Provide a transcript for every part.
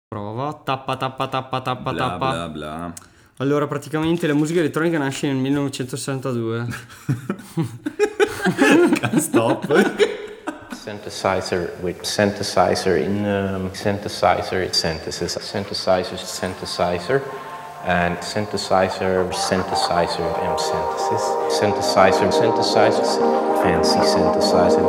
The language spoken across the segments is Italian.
Prova, tappa tappa tappa tappa Bla tappa. bla bla. Allora, praticamente la musica elettronica nasce nel 1962. Stop. Synthesizer with synthesizer in synthesizer synthesis synthesizer and synthesizer and synthesis synthesizer fancy synthesizer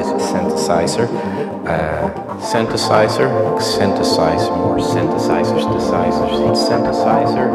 more synthesizers synthesizer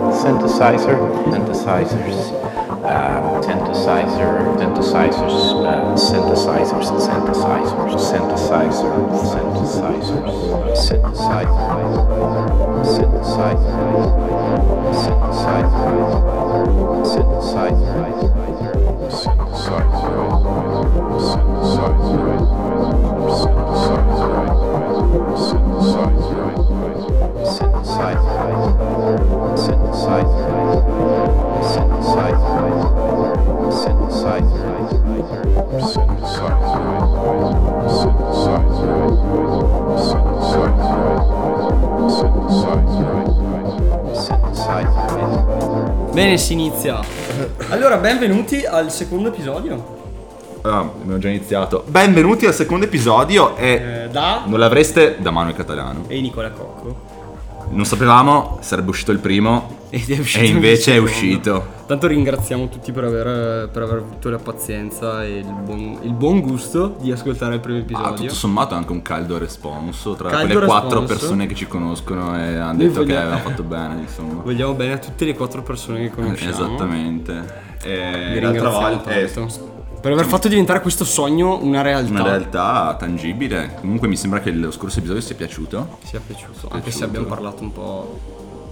Bene, si inizia. Allora, benvenuti al secondo episodio. Abbiamo già iniziato. Benvenuti al secondo episodio Da non l'avreste da Manuel Catalano. e Nicola Cocco. Non sapevamo, sarebbe uscito il primo Ed è uscito e invece è il secondo. uscito. Tanto ringraziamo tutti per aver avuto la pazienza e il buon gusto di ascoltare il primo episodio. Tutto sommato anche un caldo responso tra Caldo quelle quattro responso. persone che ci conoscono e hanno Noi detto che vogliamo- avevamo fatto bene, insomma. Vogliamo bene a tutte le 4 persone che conosciamo. Esattamente. Vi E ringraziamo tanto per aver fatto diventare questo sogno una realtà. una realtà tangibile. Comunque mi sembra che lo scorso episodio sia piaciuto. Sia piaciuto, anche se piaciuto. abbiamo parlato un po'.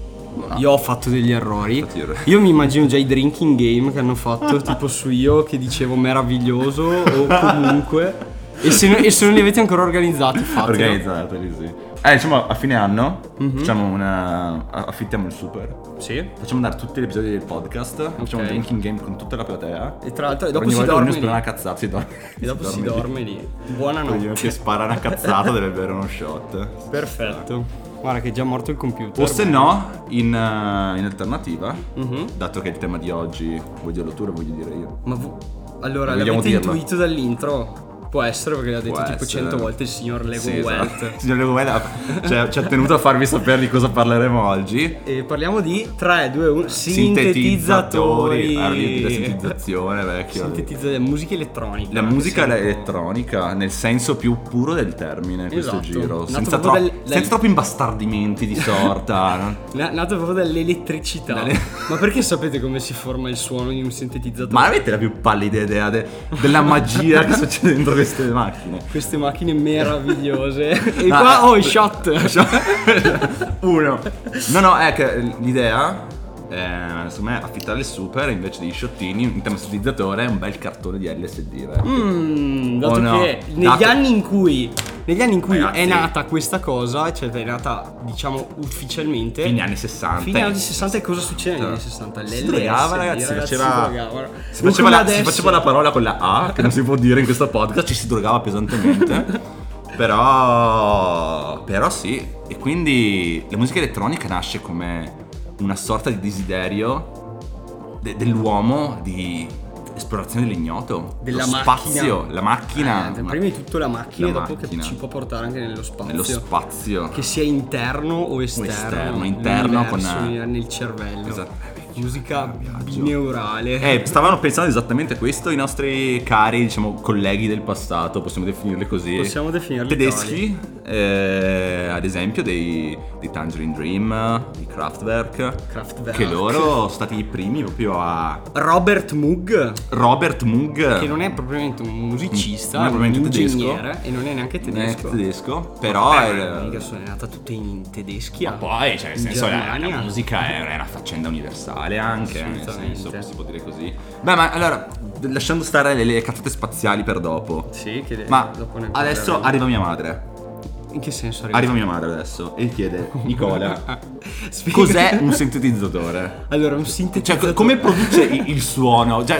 Io ho fatto degli errori. Fatti errori. Io mi immagino già i drinking game che hanno fatto, tipo su io che dicevo meraviglioso o comunque. E se non li avete ancora organizzati, fatelo. Organizzateli, sì. Diciamo a fine anno facciamo affittiamo il super. Sì. Facciamo andare tutti gli episodi del podcast. Facciamo un drinking game con tutta la platea. E tra l'altro Per dopo ogni si volta dorme ognuno spara lì. una cazzata, si dorme. E dopo si lì. dorme lì. Quello Buonanotte. che spara una cazzata deve bere uno shot. Perfetto. Guarda che è già morto il computer. O se no, in alternativa, dato che è il tema di oggi, vuoi dirlo tu o lo voglio dire io? Allora, Vogliamo l'avete dirlo? intuito dall'intro? Può essere perché l'ha detto Può tipo essere. 100 volte il signor Lego Sì, Welt. esatto. Signor Lego Welt ci ha tenuto a farvi sapere di cosa parleremo oggi. E parliamo di 3, 2, 1 sintetizzatori. La sintetizzazione, vecchio. Musica elettronica. La musica Che sembra- elettronica nel senso più puro del termine, questo Esatto. giro, Nato senza, proprio senza troppi imbastardimenti di sorta. no? Nato proprio dall'elettricità. Ma perché sapete come si forma il suono di un sintetizzatore? Ma avete la più pallida idea della magia che succede dentro queste macchine? Queste macchine meravigliose. E No, qua shot. Uno. No, è che l'idea secondo me affittare il super invece degli sciottini, un sintetizzatore e un bel cartone di LSD, vecchio. Dato O no? che negli Dato- anni in cui Ragazzi, è nata questa cosa, cioè è nata diciamo ufficialmente fine anni 60. fine anni 60. E cosa succede negli anni 60? Si drogava, ragazzi, si drogavano. Si Non faceva, come si adesso. faceva la parola con la A, che non si può dire in questo podcast, ci si drogava pesantemente. Però sì, e quindi la musica elettronica nasce come una sorta di desiderio dell'uomo di esplorazione dell'ignoto, Della lo macchina. spazio, la macchina, Prima di tutto la macchina, la dopo macchina. che ci può portare anche nello spazio. nello spazio. Che sia interno o esterno. interno con l'universo nel cervello. Esatto. Musica Viaggio. bineurale. Stavano pensando esattamente questo i nostri cari, diciamo, colleghi del passato, possiamo definirli così. Possiamo definirli tedeschi, ad esempio dei Tangerine Dream, di Kraftwerk, che loro sono stati i primi proprio a Robert Moog, Robert Moog, che non è propriamente un musicista, Non è è un propriamente tedesco. ingegnere e non è neanche non è tedesco. tedesco, però Mica sono nata tutte in tedeschi. ma poi, cioè, nel in senso, Germania. la musica è una faccenda universale anche, nel Assolutamente. senso, si può dire così. Beh, ma allora, lasciando stare le cazzate spaziali per dopo. Sì, che Ma dopo ne adesso parleremo. arriva mia madre. In che senso Arriva mia madre adesso e chiede: Nicola, Spiega- cos'è un sintetizzatore? Allora, un Cioè, sintetizzatore. come produce il suono? Cioè,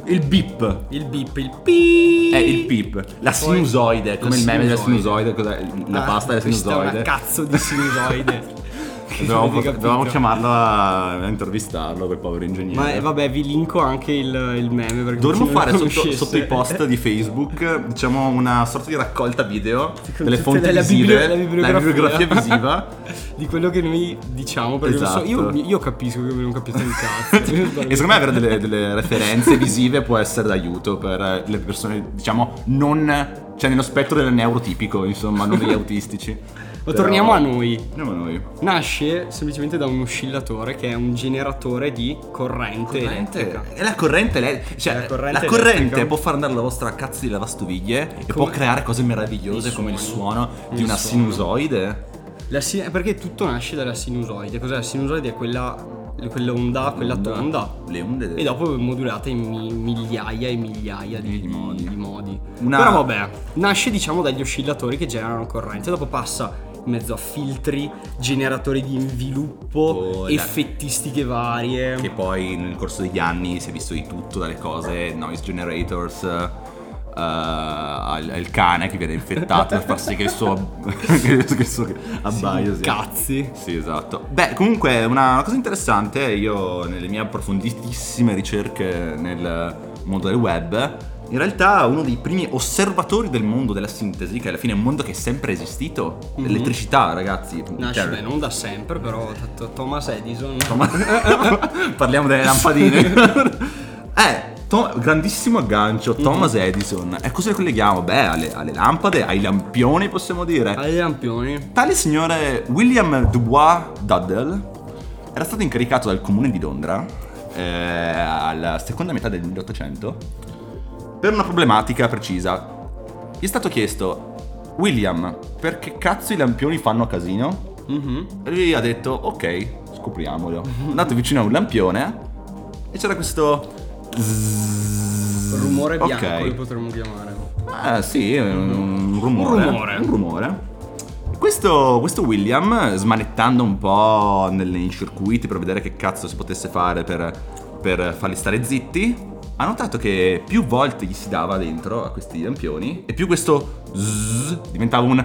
Il beep. Il beep, il beep. Il beep. La sinusoide, come il meme della sinusoide. Cos'è? La pasta della Questa è una sinusoide. cazzo di sinusoide. Dovevamo chiamarlo a intervistarlo, quel povero ingegnere. Ma vabbè, vi linko anche il meme perché Dovremmo chi non fare lo sotto conoscesse. i post di Facebook, diciamo, una sorta di raccolta video delle tutte fonti la visive, la bibliografia. bibliografia visiva. Di quello che noi diciamo, perché Esatto. non so, io capisco che voi non capite un cazzo. E secondo me avere delle referenze visive può essere d'aiuto per le persone, diciamo, non, cioè nello spettro del neurotipico, insomma, non degli autistici. Ma torniamo a noi. Andiamo a noi. Nasce semplicemente da un oscillatore che è un generatore di corrente elettrica. E la corrente, cioè La corrente la corrente elettrica. può far andare la vostra cazzo di lavastoviglie e può creare cose meravigliose i come il suoni. suono di Il una suono. sinusoide. Perché tutto nasce dalla sinusoide. Cos'è la sinusoide? È quell'onda, quella tonda. Le onde E dopo è modulata in migliaia e migliaia di modi. modi. Una- Però vabbè, nasce diciamo dagli oscillatori che generano corrente. Dopo passa in mezzo a filtri, generatori di inviluppo, effettistiche varie. Che poi nel corso degli anni si è visto di tutto, dalle cose, noise generators, al cane che viene infettato per far sì che il suo abbaio sia. Cazzi. Sì, esatto. Beh, comunque una cosa interessante, io nelle mie approfonditissime ricerche nel mondo del web, in realtà uno dei primi osservatori del mondo della sintesi, che alla fine è un mondo che è sempre esistito, l'elettricità, ragazzi. Nasce Cioè, beh, non da sempre, però Thomas Edison. parliamo delle lampadine. Grandissimo aggancio, Thomas Edison. E cosa le colleghiamo? Beh, alle lampade, ai lampioni, possiamo dire. Ai lampioni. Tale signore William Dubois Duddell era stato incaricato dal comune di Londra alla seconda metà del 1800 per una problematica precisa. Gli è stato chiesto: William, perché cazzo i lampioni fanno casino? E lui ha detto: ok, scopriamolo. È andato vicino a un lampione e c'era questo Rumore bianco Ok. lo potremmo chiamare. Sì, un rumore. Un rumore. Questo William, smanettando un po' nei circuiti per vedere che cazzo si potesse fare per farli stare zitti, ha notato che più volte gli si dava dentro a questi lampioni e più questo diventava un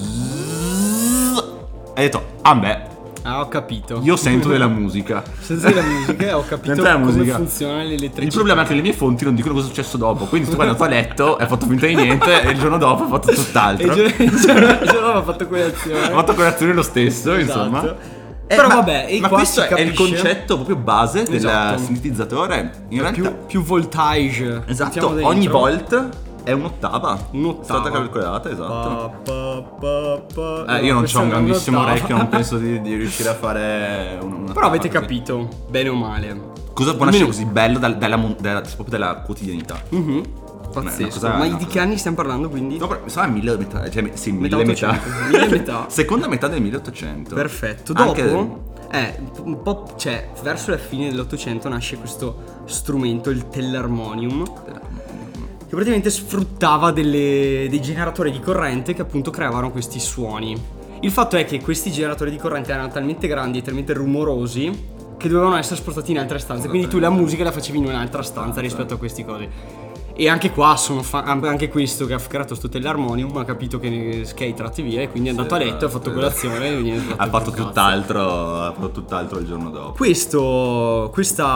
e ha detto: ah beh, Ho capito. io sento della musica. Senza la musica ho capito Senza la come musica. funziona l'elettricità. Il problema è che le mie fonti non dicono cosa è successo dopo. Quindi tu poi è andato a letto e ha fatto finta di niente e il giorno dopo ha fatto E tutt'altro. il giorno ha fatto colazione. Ha fatto colazione lo stesso, Esatto. insomma. Però vabbè, e ma qua questo si è il capisce- concetto proprio base del Esatto. sintetizzatore. In realtà, più voltage. esatto, mettiamo dentro. ogni volt è un'ottava. Un'ottava. È stata calcolata, esatto. Io non Questa ho un è grandissimo un'ottava. orecchio, non penso di riuscire a fare una. Però avete così. capito, bene o male. Cosa può nascere così bello proprio dalla quotidianità? Pazzesco. cosa- Ma no. di che anni stiamo parlando quindi? No, però, sarà mille metà, cioè sì, Metà mille metà. 800, mille metà. Seconda metà del 1800. Perfetto. Dopo, Anche- un po', cioè, verso la fine dell'Ottocento nasce questo strumento, il tellarmonium, che praticamente sfruttava dei generatori di corrente che appunto creavano questi suoni. Il fatto è che questi generatori di corrente erano talmente grandi e talmente rumorosi che dovevano essere spostati in altre stanze. Quindi tu la musica la facevi in un'altra stanza rispetto a queste cose. E anche qua anche questo che ha creato sto tellarmonium ha capito che è tratti via e quindi è andato a letto, ha fatto colazione e viene ha fatto tutt'altro il giorno dopo. questo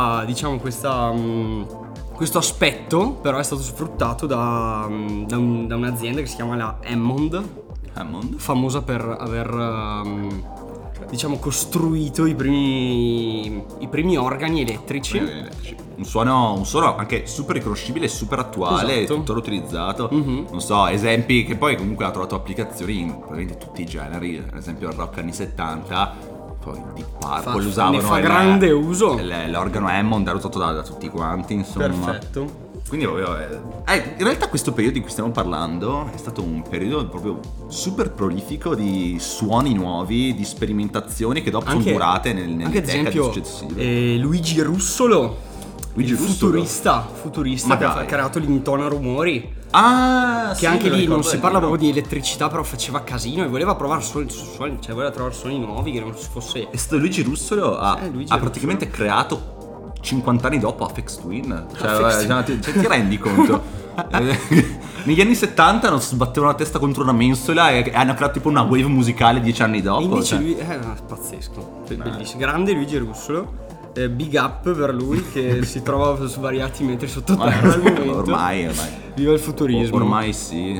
aspetto però è stato sfruttato da un'azienda che si chiama la Hammond, famosa per aver costruito i primi organi elettrici. Un suono anche super riconoscibile e super attuale, Esatto. tuttora utilizzato. Non so, esempi che poi comunque ha trovato applicazioni in praticamente tutti i generi. Ad esempio il rock anni 70, poi Deep Purple usavano. Ne fa grande uso. L'organo Hammond era usato da tutti quanti, insomma. Perfetto. Quindi in realtà questo periodo di cui stiamo parlando è stato un periodo proprio super prolifico di suoni nuovi, di sperimentazioni che dopo sono durate nelle anche ad decadi esempio successive. Luigi Russolo, Luigi il Russolo? futurista Ma che ha dai. creato l'intona rumori. Ah, Che sì, anche me lo lì non ricordo si da parla libro. proprio di elettricità, però faceva casino e voleva provare suoni, voleva trovare suoni nuovi che non fosse. E sto Luigi Russolo ha Luigi praticamente creato 50 anni dopo Aphex Twin. Cioè, ti rendi conto? Negli anni 70 non si sbattevano la testa contro una mensola e hanno creato tipo una wave musicale 10 anni dopo. E invece cioè. lui è pazzesco, bellissimo, grande Luigi Russolo. Big up per lui che si trova svariati metri sottoterra al momento. Ormai. Viva il futurismo. Ormai sì.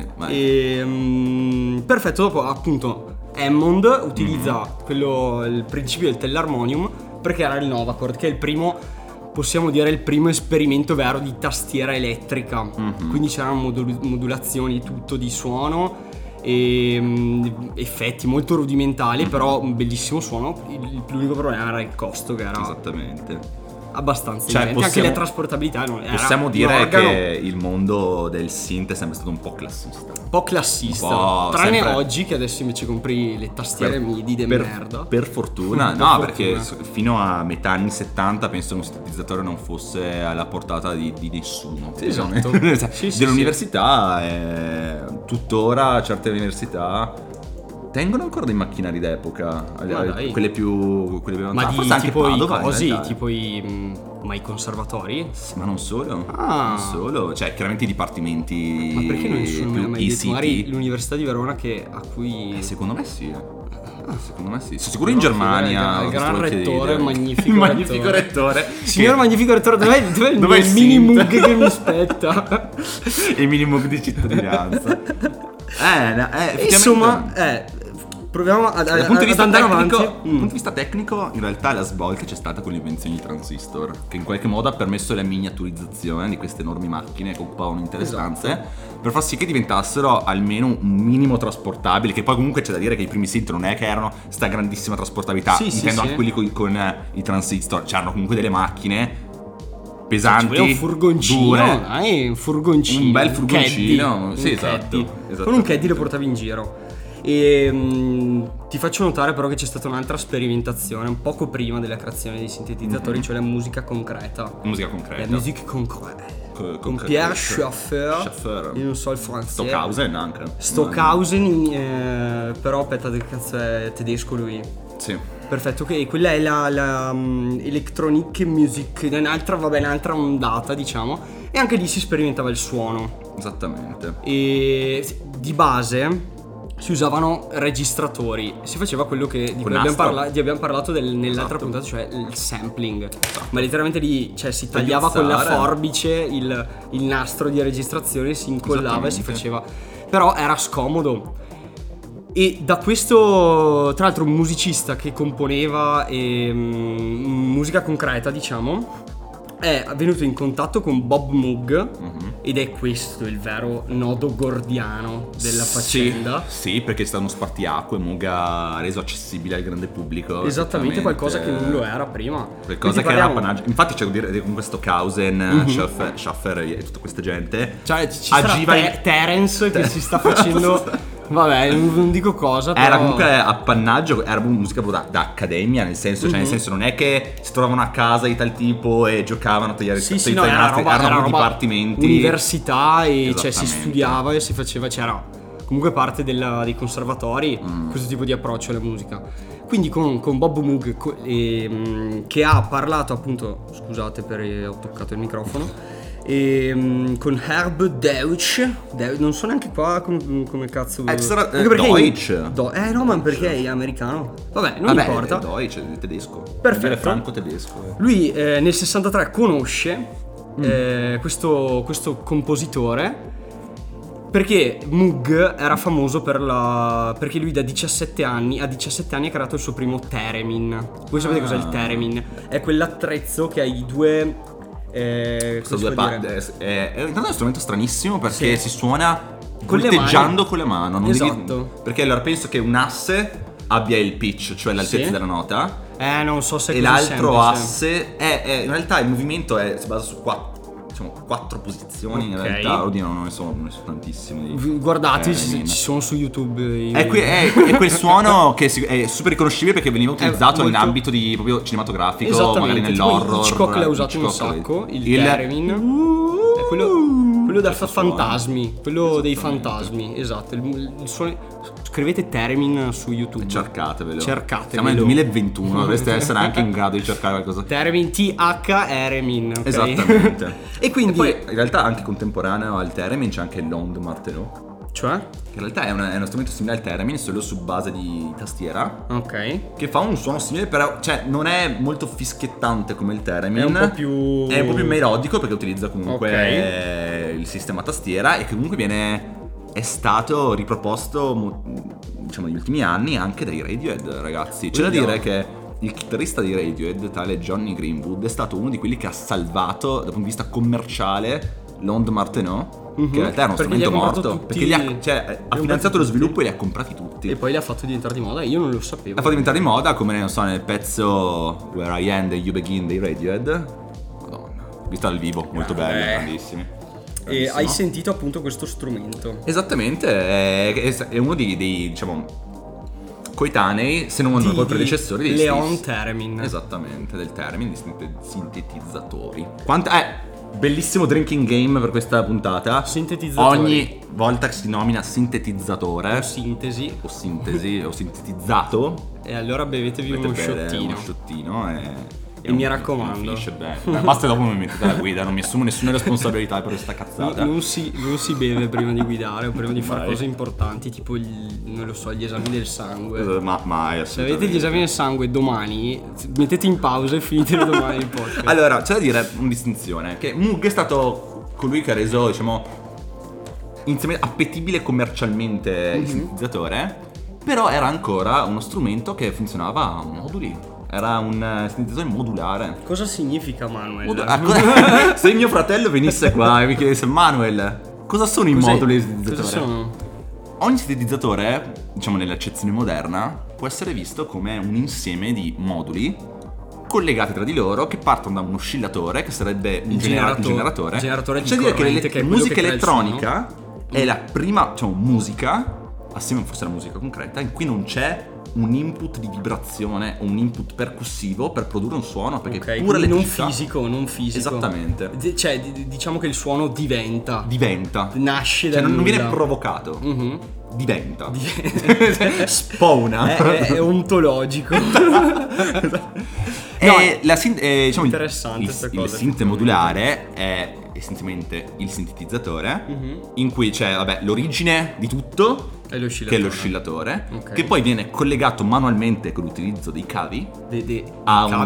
E, perfetto, dopo appunto Hammond utilizza il principio del tellarmonium perché era il Novachord, che è il primo, possiamo dire, il primo esperimento vero di tastiera elettrica. Quindi c'erano modulazioni, tutto di suono e effetti molto rudimentali, però un bellissimo suono. L'unico problema era il costo, che era Esattamente. abbastanza Cioè, evidente. Anche la trasportabilità non era possiamo dire un organo che il mondo del synth è sempre stato un po' classista. un po' classista, Un po' tranne sempre- oggi che adesso invece compri le tastiere MIDI de merda. Per fortuna, Per no, fortuna. perché fino a metà anni 70 penso che un sintetizzatore non fosse alla portata di nessuno. Sì, esatto. Cioè, Sì, sì, dell'università, tuttora certe università tengono ancora dei macchinari d'epoca, dai. quelle più Ma avanzate. di Forse anche tipo Padova, i in cosi, realtà. tipo ma i conservatori? Ma non solo, Ah. non solo, cioè chiaramente i dipartimenti Ma perché nessuno me l'ha mai più detto? ICT. Magari l'Università di Verona a cui Secondo me sì. Secondo me sì. Sono sicuro in Germania. il gran sto rettore, chiedere. il magnifico Il magnifico rettore. Signor magnifico rettore, dov'è Dov'è il il mini synth? mug che mi spetta? Il minimo di cittadinanza. Effettivamente, Insomma, proviamo ad dal punto di vista andare tecnico, avanti. dal punto di vista tecnico, in realtà la svolta c'è stata con l'invenzione di transistor, che in qualche modo ha permesso la miniaturizzazione di queste enormi macchine che occupavano intere stanze, per far sì che diventassero almeno un minimo trasportabili. Che poi comunque c'è da dire che i primi synth non è che erano sta grandissima trasportabilità, Sì, intendo sì, anche sì. quelli con i transistor, c'erano comunque delle macchine pesanti, Ci voleva un furgoncino, dure. un furgoncino, Un bel furgoncino, caddy, sì, un esatto, caddy. esattamente. Con un caddy lo portavi in giro. E ti faccio notare però che c'è stata un'altra sperimentazione un poco prima della creazione dei sintetizzatori, cioè la musica concreta. Musica concreta. La musique concrète. Con concreta. Pierre Schaeffer. Schaeffer. Io non so il francese. Stockhausen anche. Stockhausen, però aspetta, che cazzo è tedesco lui. Sì. Perfetto, ok, quella è la electronic music, un'altra ondata, diciamo. E anche lì si sperimentava il suono. Esattamente. E di base si usavano registratori, si faceva quello di cui abbiamo parlato nell'altra Esatto. puntata, cioè il sampling. Ma letteralmente lì, cioè, si tagliava con la Tagliuzzare. forbice il nastro di registrazione, si incollava e si Esattamente. faceva. Però era scomodo. E da questo, tra l'altro, un musicista che componeva musica concreta, diciamo, è venuto in contatto con Bob Moog, ed è questo il vero nodo gordiano della faccenda. Sì, perché stanno spartiacque, Moog ha reso accessibile al grande pubblico. Esattamente, qualcosa che non lo era prima. Qualcosa Quindi che era parliamo- appannaggio. Infatti c'è da dire con questo Kausen, Schaffer e tutta questa gente. Cioè ci sarà agiva in- Terence che si sta facendo. Vabbè, non dico cosa, però Era comunque appannaggio, era musica proprio da accademia, nel senso, cioè nel senso non è che si trovavano a casa di tal tipo e giocavano a tagliare Sì, no, era roba, erano era roba dipartimenti. università, e cioè si Esattamente. studiava e si faceva, c'era comunque parte dei conservatori questo tipo di approccio alla musica. Quindi con Bob Moog che ha parlato appunto, scusate ho toccato il microfono, con Herb Deutsch, non so neanche qua come cazzo Extra- anche perché Deutsch. no, ma perché è americano, vabbè, non Vabbè, importa. Deutsch, è tedesco. Perfetto. È franco-tedesco. Lui nel 63 conosce questo compositore, perché Moog era famoso perché lui a 17 anni ha creato il suo primo theremin. Voi sapete cos'è il theremin? È quell'attrezzo che ha i due come si può dire? È intanto uno strumento stranissimo perché Sì. si suona Con le volteggiando con le mani. Non Esatto. perché allora penso che un asse abbia il pitch, cioè l'altezza Sì. della nota, Non so se è e così l'altro semplice. asse in realtà il movimento si basa su quattro posizioni. In Ok. realtà, oddio, non ne so tantissimi. Guardate, Theremin. ci sono su YouTube È quel suono che è super riconoscibile perché veniva utilizzato molto- nell'ambito di proprio cinematografico, magari Esattamente, tipo nell'horror. Hitchcock l'ha usato un Hitchcock, sacco, il il theremin. È quello quello da stesso suono. fantasmi, quello dei Esattamente. fantasmi, esatto. Il scrivete Theremin su YouTube. Cercatevelo. Cercatevelo. Siamo nel 2021, dovreste essere anche in grado di cercare qualcosa. Theremin, Theremin, ok? Esattamente. E quindi... E poi in realtà anche contemporaneo al theremin c'è anche l'Onde Martelot, Cioè? che in realtà è uno strumento simile al theremin, solo su base di tastiera, Ok. che fa un suono simile, però cioè non è molto fischiettante come il theremin. È un po' più... È un po' più melodico perché utilizza comunque Ok. il sistema tastiera, e che comunque è stato riproposto diciamo negli ultimi anni anche dai Radiohead, ragazzi. C'è da Vogliamo. dire che il chitarrista di Radiohead, tale Johnny Greenwood, è stato uno di quelli che ha salvato dal punto di vista commerciale l'Onde Martenot, che in realtà era uno Perché li ha strumento comprato morto, tutti- perché ha comprati finanziato lo tutti. sviluppo e li ha comprati tutti. E poi li ha fatto diventare di moda, io non lo sapevo. Ha fatto diventare di moda, come non so, nel pezzo Where I End and You Begin dei Radiohead. Madonna, vista dal vivo, molto bello, grandissimi. E Bravissimo. hai sentito appunto questo strumento. Esattamente, è uno dei diciamo coetanei, se non proprio predecessori dei Leon stessi. Theremin. Esattamente, del termine di sintetizzatori. Bellissimo drinking game per questa puntata. Sintetizzatori. Ogni volta che si nomina sintetizzatore Sintesi. o sintesi o sintetizzato, E allora bevetevi uno dovete bere sciottino. uno sciottino E mi raccomando. finisce bene. Basta, dopo mi mettete la guida, non mi assumo nessuna responsabilità per questa cazzata. Non si beve prima di guidare o prima di fare Mai. cose importanti, tipo non lo so, gli esami del sangue. Ma mai, Se avete gli esami del sangue domani, mettete in pausa e finitelo domani il podcast. Allora, c'è da dire una distinzione, che Moog è stato colui che ha reso, diciamo, inizialmente appetibile commercialmente il sintetizzatore, però era ancora uno strumento che funzionava a moduli. Era un sintetizzatore modulare. Cosa significa, Manuel? Se mio fratello venisse qua e mi chiedesse: Manuel, cosa sono i moduli di sintetizzatore? Cosa sono? Ogni sintetizzatore, diciamo nell'accezione moderna, può essere visto come un insieme di moduli collegati tra di loro, che partono da un oscillatore, che sarebbe un generatore. Generatore di C'è da dire corrente, che che è quello musica che crea il elettronica è la prima, diciamo, musica, assieme forse alla musica concreta, in cui non c'è un input di vibrazione o un input percussivo per produrre un suono, perché Ok, pura quindi non elettricità fisico. Esattamente. Cioè, diciamo che il suono diventa. Nasce Cioè da non viene nulla. provocato. Mhm. Diventa. Spawna. È ontologico. E diciamo, interessante questa il cosa, synth modulare è essenzialmente il sintetizzatore, in cui c'è, vabbè, l'origine di tutto, È l'oscillatore. che è l'oscillatore, Ok. che poi viene collegato manualmente con l'utilizzo dei cavi a a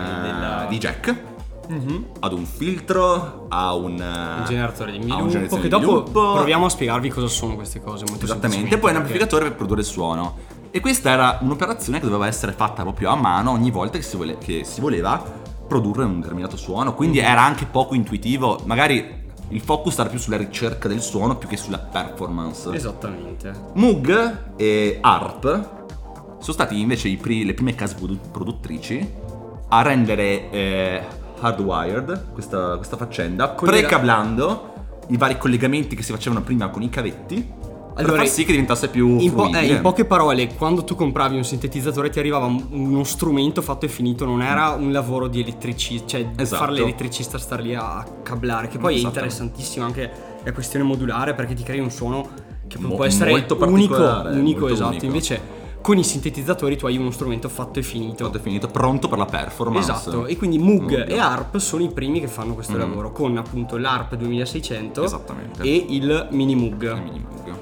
di jack, ad un filtro, a un generatore di a un sviluppo. generatore Che di dopo sviluppo. proviamo a spiegarvi cosa sono queste cose. Molto Esattamente, poi un semplicemente, amplificatore per produrre il suono. E questa era un'operazione che doveva essere fatta proprio a mano ogni volta che si voleva produrre un determinato suono. Quindi era anche poco intuitivo. Magari il focus era più sulla ricerca del suono più che sulla performance. Esattamente. Moog e ARP sono stati invece le prime case produttrici a rendere hardwired questa faccenda, precablando i vari collegamenti che si facevano prima con i cavetti, per Allora, far sì che diventasse più fluibile. in poche parole, quando tu compravi un sintetizzatore ti arrivava uno strumento fatto e finito, non era un lavoro di elettricista, cioè Esatto. fare l'elettricista, star lì a cablare, che poi è Esatto. interessantissimo anche la questione modulare, perché ti crei un suono che Mo- può essere molto unico, particolare, molto esatto. unico. Invece con i sintetizzatori tu hai uno strumento fatto e finito. Tutto è finito, pronto per la performance. Esatto, e quindi Moog e ARP sono i primi che fanno questo lavoro, con appunto l'ARP 2600 Esattamente. e il Mini Moog. Il Mini Moog.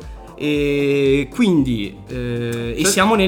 E quindi e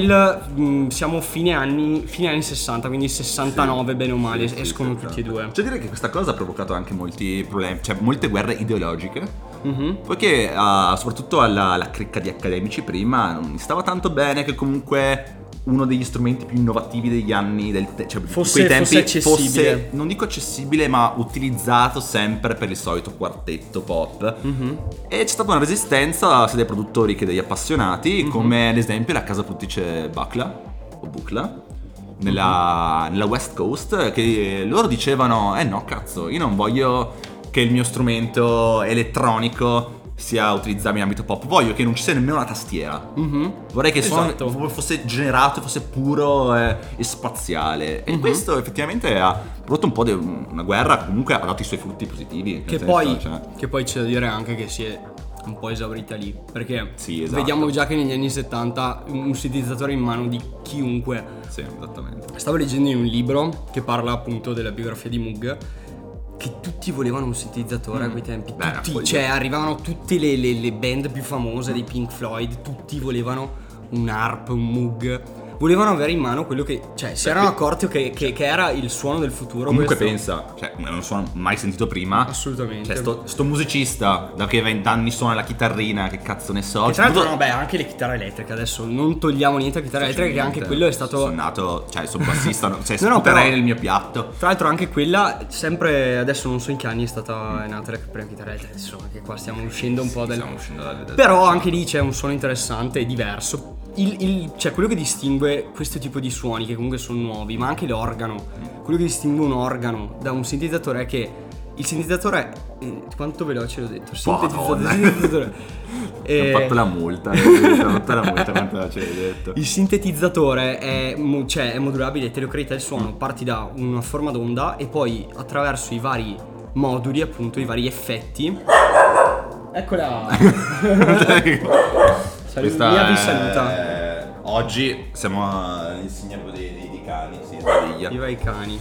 siamo fine anni 60, quindi 69 bene o male, Sì, escono sì, tutti e due. C'è da dire che questa cosa ha provocato anche molti problemi, cioè molte guerre ideologiche. Mhm. Poiché soprattutto alla cricca di accademici prima non mi stava tanto bene che comunque uno degli strumenti più innovativi degli anni cioè di Fosse quei tempi accessibile. non dico accessibile, ma utilizzato sempre per il solito quartetto pop. Mhm. E c'è stata una resistenza sia dei produttori che degli appassionati, come ad esempio la casa produttrice Buchla nella West Coast, che loro dicevano no cazzo, io non voglio che il mio strumento elettronico sia utilizzabile in ambito pop. Voglio che non ci sia nemmeno una tastiera. Vorrei che il suono Esatto. fosse generato, fosse puro e spaziale. E questo effettivamente ha prodotto un po' di una guerra che comunque ha dato i suoi frutti positivi. nel Che senso, poi, cioè, che poi c'è da dire anche che si è un po' esaurita lì. Perché Sì, esatto. vediamo già che negli anni 70 un sintetizzatore in mano di chiunque. sì, esattamente. Stavo leggendo in un libro che parla appunto della biografia di Moog, che tutti volevano un sintetizzatore a quei tempi. Beh, Tutti, poi- cioè arrivavano tutte le band più famose dei Pink Floyd, tutti volevano un harp, un Moog. Volevano avere in mano quello che, cioè, si erano accorti che era il suono del futuro. Comunque questo. pensa, cioè, non sono mai sentito prima. Assolutamente. Cioè, sto musicista da che 20 anni suona la chitarrina, che cazzo ne so. E tra l'altro, Tutto- no, beh, anche le chitarre elettriche. Adesso non togliamo niente a chitarra elettrica, che anche quello è stato. Sono nato, cioè, sono bassista, cioè, No, no, sputerei però- nel mio piatto. Tra l'altro anche quella, sempre, adesso non so in che anni è nata la prima chitarra elettrica, adesso anche qua stiamo uscendo un po' Stiamo uscendo dal Però anche lì c'è un suono interessante e diverso. Cioè quello che distingue questo tipo di suoni, che comunque sono nuovi, ma anche l'organo, quello che distingue un organo da un sintetizzatore è che il sintetizzatore quanto veloce l'ho detto? Madonna. Sintetizzatore. Ho fatto la multa, ho fatto la multa quanto ce l'hai detto. Il sintetizzatore è modulabile, te lo crea il suono, parti da una forma d'onda e poi attraverso i vari moduli, appunto, i vari effetti. Eccola! Mia vi saluta. Oggi siamo all'insignia dei cani, si sveglia. Viva i cani.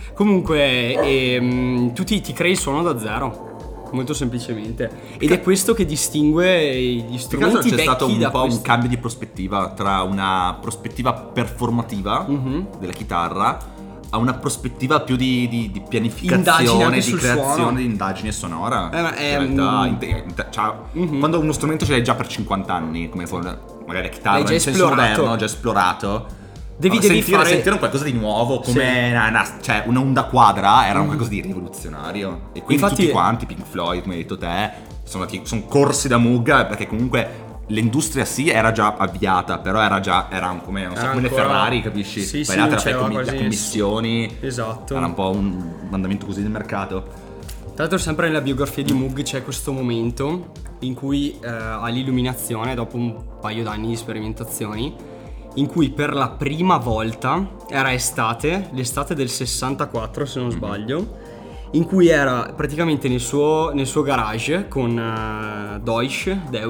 Comunque, tu ti crei il suono da zero, molto semplicemente. Ed è questo che distingue gli Più che altro strumenti c'è vecchi stato un da po' un questi. cambio di prospettiva tra una prospettiva performativa della chitarra a una prospettiva più di Indagine pianificazione, anche di sul creazione, suono. di indagine sonora. Ma è- In realtà, cioè, quando uno strumento ce l'hai già per 50 anni, come magari la chitarra, L'hai già nel senso esplorato. moderno, già esplorato. Devi Sentire un qualcosa di nuovo, come cioè un'onda quadra, era un qualcosa di rivoluzionario. E quindi Infatti- tutti quanti, Pink Floyd, come hai detto te, sono corsi da Moog, perché comunque l'industria sì era già avviata, però era come, non so, Era come le ancora- Ferrari, capisci? Sì, Poi sì, là te non la fai c'era le quasi commissioni. Esatto. Era un po' un andamento così del mercato. Tra l'altro sempre nella biografia di Moog c'è questo momento in cui all'illuminazione, dopo un paio d'anni di sperimentazioni, in cui per la prima volta era l'estate del 64 se non sbaglio, in cui era praticamente nel suo garage con Deutsch,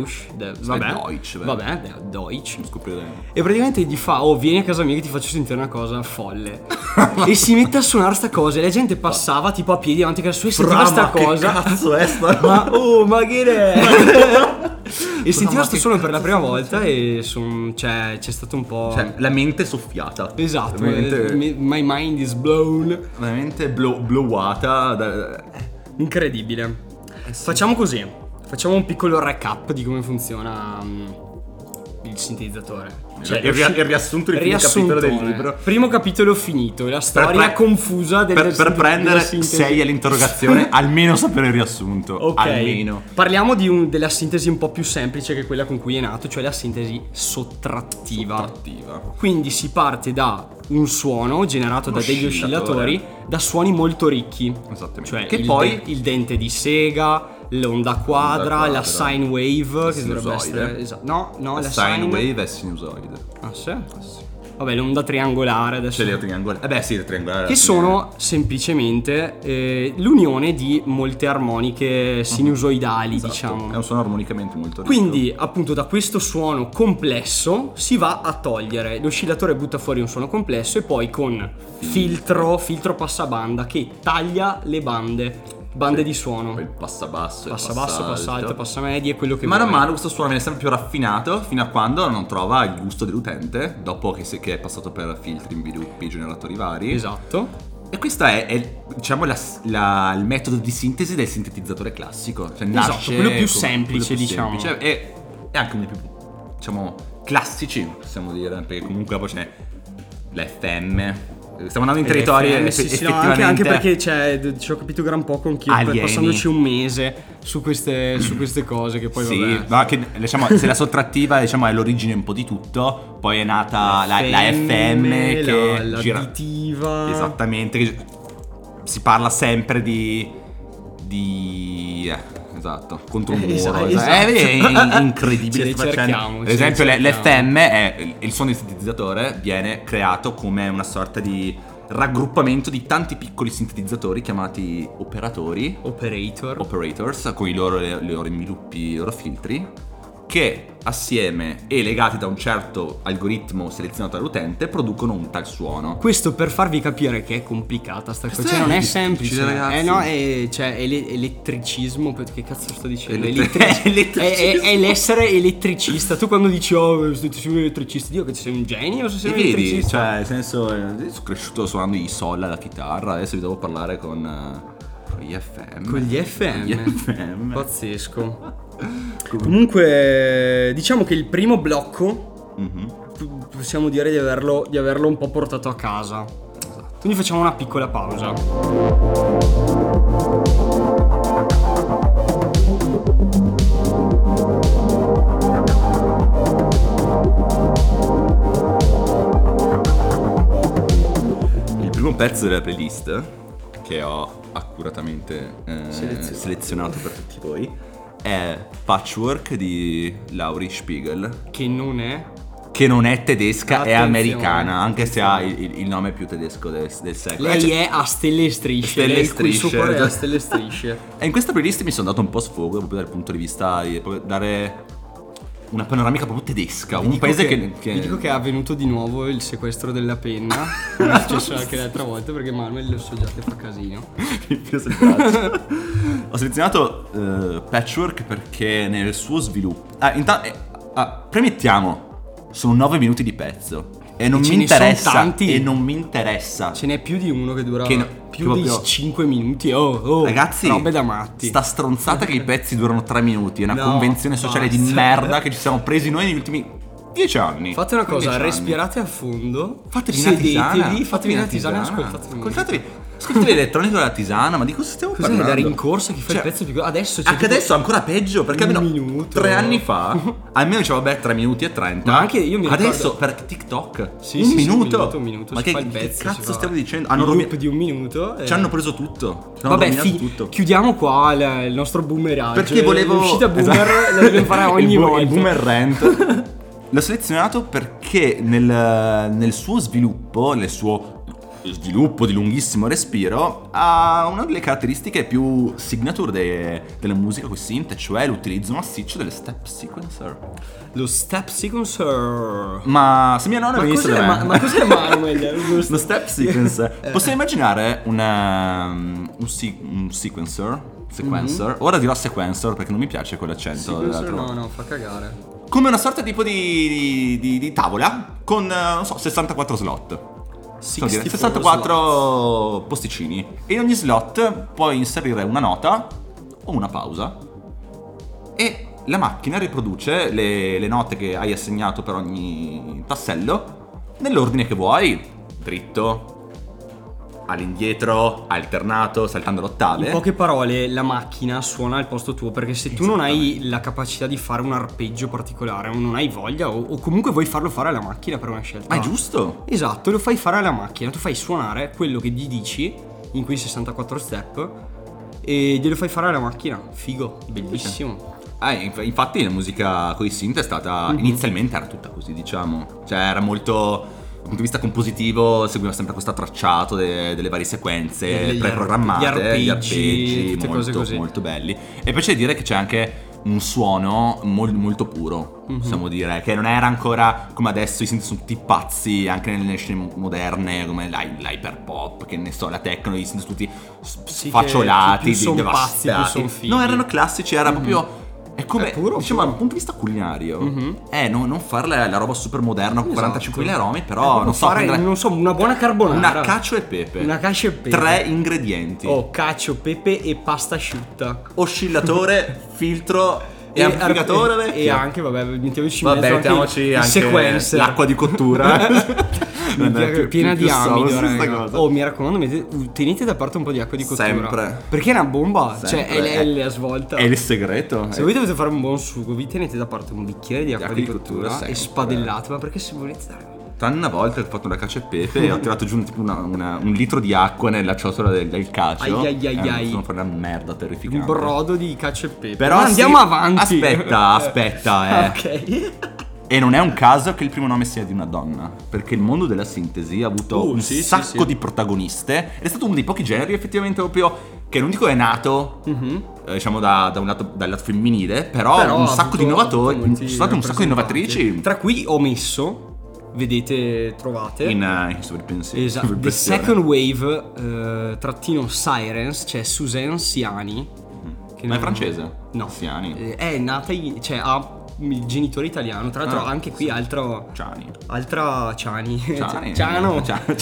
Deutsch, Deutsch. Scopriremo. E praticamente gli fa: oh, vieni a casa mia che ti faccio sentire una cosa folle. E si mette a suonare sta cosa e la gente passava tipo a piedi davanti a casa sua e sentiva sta cosa. Che cazzo è sta Ma che ne E sentiva ma sto che suono per la cazzo prima sta volta e c'è stato un po'. Cioè, la mente è soffiata. Esatto, Veramente, my mind is blown. veramente blowata. Incredibile. Facciamo così. Facciamo un piccolo recap di come funziona il sintetizzatore. il riassunto del primo capitolo del libro. Primo capitolo finito, la storia confusa per prendere della sintesi. 6 all'interrogazione, almeno sapere il riassunto. Ok, Almeno. parliamo della sintesi un po' più semplice che quella con cui è nato, cioè la sintesi sottrattiva. Attrattiva. Quindi si parte da un suono generato da degli oscillatori, da suoni molto ricchi. Esattamente. Cioè Che poi il dente di sega, l'onda quadra, la quadra, sine wave, che dovrebbe sinusoide. essere no, la la sine wave è sinusoide. Ah, sì? Vabbè, l'onda triangolare adesso. C'è le triangolari. Beh, sì, le triangolari. Che sono semplicemente l'unione di molte armoniche sinusoidali, Esatto. diciamo. È un suono armonicamente molto ricco. Quindi, appunto, da questo suono complesso si va a togliere. L'oscillatore butta fuori un suono complesso e poi con filtro passabanda che taglia le bande di suono. Poi il passabasso, Passa basso, passa alto, passa medio, è quello che Mano a vuoi. mano questo suono viene sempre più raffinato fino a quando non trova il gusto dell'utente, dopo che è passato per filtri, inviluppi, generatori vari. Esatto. E questo è diciamo il metodo di sintesi del sintetizzatore classico. Cioè nasce quello più come- semplice, quello più diciamo. semplice e anche uno dei più, diciamo, classici, possiamo dire, perché comunque poi c'è l'FM. Stiamo andando in territori FM, sì, sì, no, effettivamente anche perché ci ho capito gran poco anch'io, alieni. passandoci un mese su queste cose che poi sì, vabbè. ma che, diciamo, se la sottrattiva diciamo, è l'origine un po' di tutto, poi è nata la FM che la gira additiva. esattamente, che si parla sempre di esatto, contro un muro. Esatto. È incredibile. Ce le sta facendo. cerchiamo, Ad ce le esempio, cerchiamo. l'FM è il suono di sintetizzatore, viene creato come una sorta di raggruppamento di tanti piccoli sintetizzatori chiamati operators, con i loro inviluppi, i loro filtri, che assieme e legati da un certo algoritmo selezionato dall'utente producono un tal suono. Questo per farvi capire che è complicata sta cosa, cioè non è semplice, ragazzi. no, è elettricismo, che cazzo sto dicendo? Elettricismo. È l'essere elettricista. Tu quando dici sei un elettricista, dico che sei un genio o se sei un Vedi, elettricista? cioè, nel senso, sono cresciuto suonando i sol alla chitarra, adesso vi devo parlare con gli FM. Con gli FM. Gli FM. Pazzesco. Comunque, diciamo che il primo blocco possiamo dire di averlo un po' portato a casa. Quindi facciamo una piccola pausa. Il primo pezzo della playlist che ho accuratamente selezionato per tutti voi è Patchwork di Laurie Spiegel, Che non è tedesca, è Attenzione. americana, anche se ha il nome più tedesco del secolo. Lei è a stelle e strisce. Stelle e Lei, il cui strisce. suo cuore è a stelle e strisce. E in questa playlist mi sono dato un po' sfogo proprio dal punto di vista di proprio dare una panoramica proprio tedesca, un paese che Vi dico che è avvenuto di nuovo il sequestro della penna. Come è successo anche l'altra volta, perché Manuel lo so già che fa casino. mi piace il braccio. Ho selezionato Patchwork perché nel suo sviluppo premettiamo, sono 9 minuti di pezzo e non ce mi ne sono interessa, tanti. e non mi interessa. Ce n'è più di uno che dura Che no, più proprio- di 5 minuti. Oh, Ragazzi, robe da matti. sta stronzata che i pezzi durano 3 minuti è una No, convenzione sociale di basta. merda che ci siamo presi noi negli ultimi 10 anni. Fate una cosa, 15 anni. respirate a fondo. Fatevi una tisana. Sedetevi, fatevi una tisana e Ascoltatevi l'elettronico della tisana, ma di cosa stiamo Cos'è parlando? la rincorsa che fa Cioè, il pezzo più. Adesso c'è Anche tipo- adesso è ancora peggio, perché un almeno minuto. 3 anni fa almeno diceva vabbè 3 minuti e 30. Ma anche io mi adesso ricordo- per TikTok Sì, un sì, minuto. un minuto. Ma si che fa il pezzo, cazzo si fa stiamo dicendo? il Hanno loop di un minuto. Ci hanno preso tutto. Ci hanno Vabbè, rovinato tutto. chiudiamo qua il nostro boomeraggio. Perché volevo L'uscita boomer Esatto. la dobbiamo fare ogni volta. Il boomer rant. L'ho selezionato perché nel suo sviluppo, nel suo sviluppo di lunghissimo respiro, ha una delle caratteristiche più signature della musica con i synth, cioè l'utilizzo massiccio delle step sequencer. Lo step sequencer. Ma se mia nonna venisse da me, Ma cos'è Manuel? lo step sequencer. Possiamo immaginare un sequencer. Ora dirò sequencer perché non mi piace quell'accento. Sequencer no, fa cagare. Come una sorta tipo di tavola con, non so, 64 slot. 64 posticini. E in ogni slot puoi inserire una nota o una pausa. E la macchina riproduce le note che hai assegnato per ogni tassello nell'ordine che vuoi. Dritto, all'indietro, alternato, saltando l'ottave. In poche parole, la macchina suona al posto tuo, perché se tu non hai la capacità di fare un arpeggio particolare, o non hai voglia, o comunque vuoi farlo fare alla macchina per una scelta. Ma è giusto. Esatto, lo fai fare alla macchina, tu fai suonare quello che gli dici in quei 64 step e glielo fai fare alla macchina. Figo, bellissimo. Infatti la musica con i synth è stata inizialmente era tutta così, diciamo. Cioè era molto dal punto di vista compositivo seguiva sempre questo tracciato delle varie sequenze preprogrammate, gli arpeggi, tutte cose molto, così. molto belli. E poi c'è da dire che c'è anche un suono molto puro, possiamo dire, che non era ancora come adesso i synth sono tutti pazzi, anche nelle scene moderne come l'hyperpop, che ne so, la techno, i synth tutti sfacciolati, più son pazzi, più devastati. son fighi. No, erano classici, era proprio è come, puro, diciamo, puro. dal punto di vista culinario, non fare la roba super moderna con 45.000 aromi, però non so, fare, prendere non so, una buona carbonara. una cacio e pepe. Una cacio e pepe. 3 ingredienti. Cacio, pepe e pasta asciutta. Oscillatore, filtro e amplificatore e vecchio. anche, vabbè, mettiamoci Vabbè, mezzo mettiamoci il anche sequencer. l'acqua di cottura. Piena di amido, sta raga. cosa. Oh, mi raccomando, tenete da parte un po' di acqua di cottura. Sempre. Perché è una bomba. Cioè, Sempre. è la svolta. È il segreto. Se voi dovete fare un buon sugo, vi tenete da parte un bicchiere di acqua di cottura sempre. e spadellate. Ma perché se volete dare Tanto una volta ho fatto una cacio e pepe e ho tirato giù tipo un litro di acqua nella ciotola del cacio. Ai. Sono fare una merda terrificante. Un brodo di cacio e pepe. Però Ma andiamo avanti. Aspetta. Ok. E non è un caso che il primo nome sia di una donna, perché il mondo della sintesi ha avuto un sì, sacco sì. di protagoniste ed è stato uno dei pochi generi effettivamente proprio che non dico è nato diciamo dal lato femminile, però un ha sacco di avuto innovatori, molti sono stati un sacco di innovatrici Tra cui ho messo, vedete, trovate in sovripensiero. esatto, The Second Wave trattino Sirens, c'è Suzanne Ciani che Ma è francese? No, Ciani. È nata cioè ha il genitore italiano, tra l'altro anche qui altra Ciani Ciano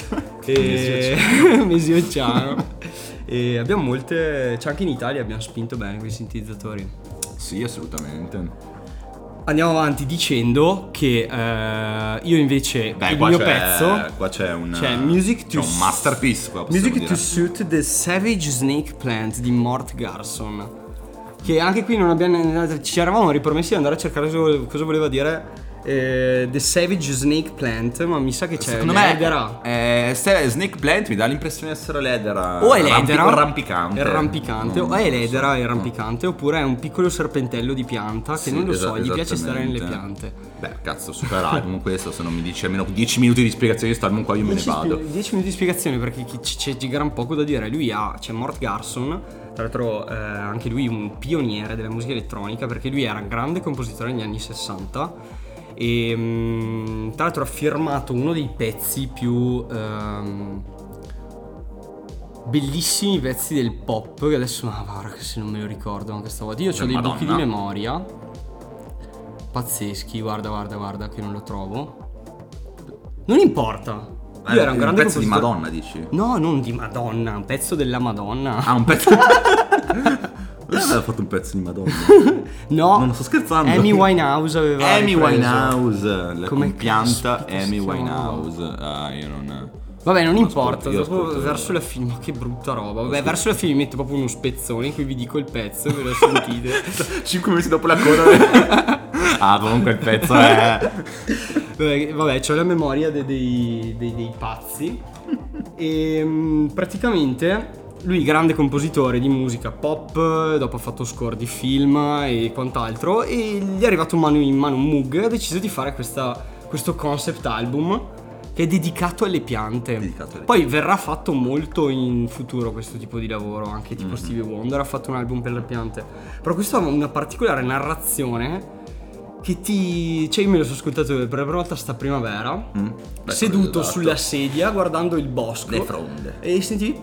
Mesio Ciano. E abbiamo molte, c'è anche in Italia, abbiamo spinto bene con i sintetizzatori. Sì, assolutamente. Andiamo avanti dicendo che io invece il mio pezzo qua c'è un masterpiece qua, Music to Suit the Savage Snake Plant di Mort Garson. Che anche qui non abbiamo, ci eravamo ripromessi di andare a cercare cosa voleva dire The Savage Snake Plant, ma mi sa che c'è l'edera. Snake Plant mi dà l'impressione di essere l'edera. O è l'edera rampicante. o è l'edera e rampicante, oppure è un piccolo serpentello di pianta che non lo so, gli piace stare nelle piante. Beh, cazzo, super album questo, se non mi dici almeno 10 minuti di spiegazione di sto album qua io me ne vado. 10 minuti di spiegazione perché c'è gran poco da dire. C'è Mort Garson, tra l'altro anche lui un pioniere della musica elettronica, perché lui era un grande compositore negli anni 60 e tra l'altro ha firmato uno dei pezzi più bellissimi pezzi del pop, che adesso guarda che se non me lo ricordo anche stavolta. Io ho dei buchi di memoria pazzeschi, guarda che non lo trovo. Non importa. Lui era un grande pezzo di Madonna, dici? No, non di Madonna, un pezzo della Madonna. Ah, un pezzo. Aveva fatto un pezzo di Madonna. No, non sto scherzando. Amy Winehouse aveva Amy ripreso. Winehouse, la Come compianta caspita Amy si chiama? Winehouse. Io non. Vabbè, non importa, io dopo ascolto. verso la fine, ma che brutta roba. Vabbè, verso la fine mi metto proprio uno spezzone in cui vi dico il pezzo, ve lo sentite. 5 mesi dopo la coda. Comunque il pezzo è. Vabbè, c'ho la memoria dei pazzi. E praticamente lui grande compositore di musica pop, dopo ha fatto score di film e quant'altro, e gli è arrivato mano in mano un Moog e ha deciso di fare questo concept album che è dedicato alle piante. Poi verrà fatto molto in futuro questo tipo di lavoro, anche tipo Stevie Wonder ha fatto un album per le piante. Però questo ha una particolare narrazione che cioè io me lo sono ascoltato per la prima volta sta primavera, seduto sulla sedia guardando il bosco, le fronde, e sentivi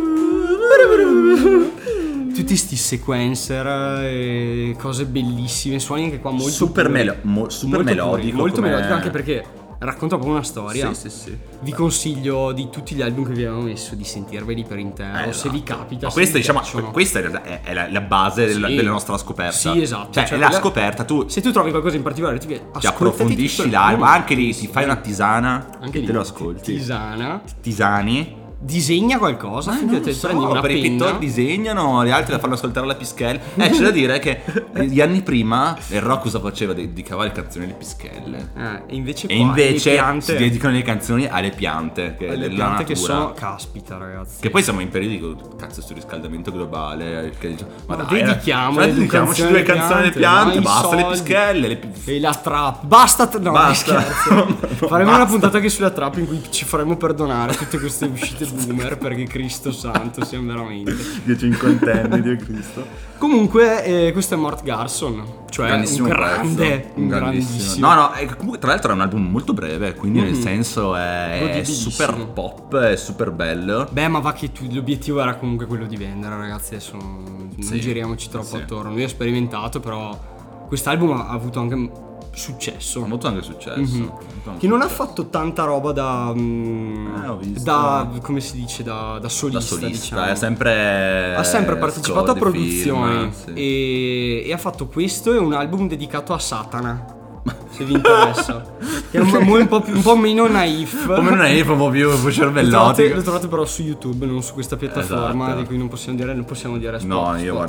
tutti sti sequencer e cose bellissime, suoni anche qua molto super melodico, molto melodico, anche perché racconta proprio una storia. Sì. Vi consiglio di tutti gli album che vi abbiamo messo di sentirveli per intero, se vi capita. Ma questa, questa in realtà è la base della nostra scoperta. Sì, esatto. Cioè è la scoperta. Se tu trovi qualcosa in particolare, ti approfondisci l'album, anche lì ti fai una tisana, anche te lo ascolti. Tisani. Disegna qualcosa, finché te prendi una per penna. i pittori disegnano, gli altri la fanno ascoltare la Pischelle. C'è da dire che gli anni prima il rock cosa faceva? Dedicava le canzoni alle pischelle. E invece si piante, dedicano le canzoni alle piante, che alle della piante natura. Che sono, caspita ragazzi. Che poi siamo in periodi di cazzo sul riscaldamento globale. Ma dai, dedichiamoci due canzoni alle piante, basta le pischelle. E la trap. Basta. Scherzo. Faremo una puntata anche sulla trap in cui ci faremo perdonare tutte queste uscite boomer, perché Cristo santo, siamo veramente 50enni di Cristo. Comunque questo è Mort Garson, cioè un grandissimo. No, comunque tra l'altro è un album molto breve, quindi nel senso è super pop, è super bello. Beh, ma va che l'obiettivo era comunque quello di vendere, ragazzi, adesso non giriamoci troppo attorno. Lui ha sperimentato, però quest'album ha avuto anche successo. Ha avuto anche successo. Che non ha fatto tanta roba da come si dice, da solista, diciamo. Ha sempre partecipato a produzioni film, e ha fatto questo e un album dedicato a Satana, se vi interessa. Che è un po' meno naif. Un po' meno naif, un po' più cervellotico. Lo trovate però su YouTube, non su questa piattaforma, di cui non possiamo dire No, io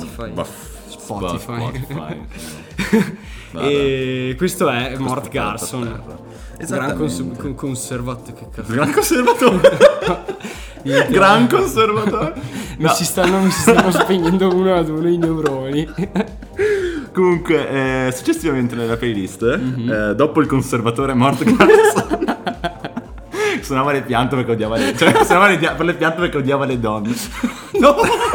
Spotify. E questo è Mort Garson. Esattamente. Conservatore. Che cazzo. Gran conservatore. Gran conservatore. Mi si stanno spegnendo uno ad uno i neuroni. Comunque, successivamente nella playlist, dopo il conservatore morto Garson, suonava le piante perché odiava le... Cioè, suonava per le piante perché odiava le donne. No!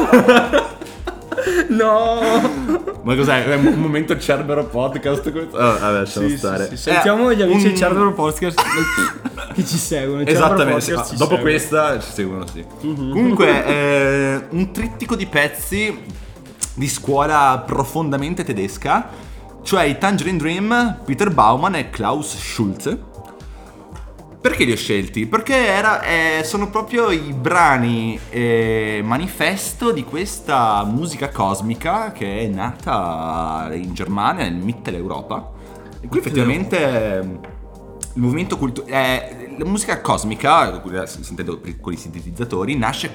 No! Ma cos'è? È un momento Cerbero Podcast? Vabbè, lasciamo stare. Sì. Sentiamo gli amici di Cerbero Podcast che ci seguono. Esattamente, Podcast ci dopo segue. questa ci seguono, sì. Comunque, un trittico di pezzi di scuola profondamente tedesca, cioè i Tangerine Dream, Peter Baumann e Klaus Schulze. Perché li ho scelti? Perché sono proprio i brani manifesto di questa musica cosmica che è nata in Germania, nel Mitteleuropa. E qui effettivamente il movimento la musica cosmica, sentendo con i sintetizzatori, nasce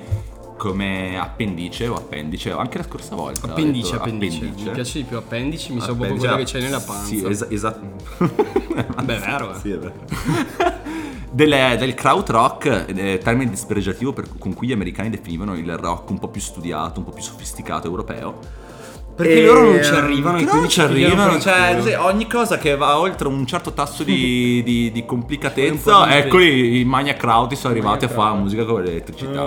come appendice o appendice, anche la scorsa volta. Appendice. Mi piace di più appendici, mi sa proprio quello che c'è nella panza. Sì, esatto. Vabbè, è vero. Sì, è vero. Del krautrock, termine dispregiativo con cui gli americani definivano il rock un po' più studiato, un po' più sofisticato europeo. Perché loro non ci arrivano, che e non quindi ci arrivano, cioè culo. sì, ogni cosa che va oltre un certo tasso di complicatezza, Un po' di eccoli i Magna Krauti sono arrivati a fare Krauti. musica con l'elettricità.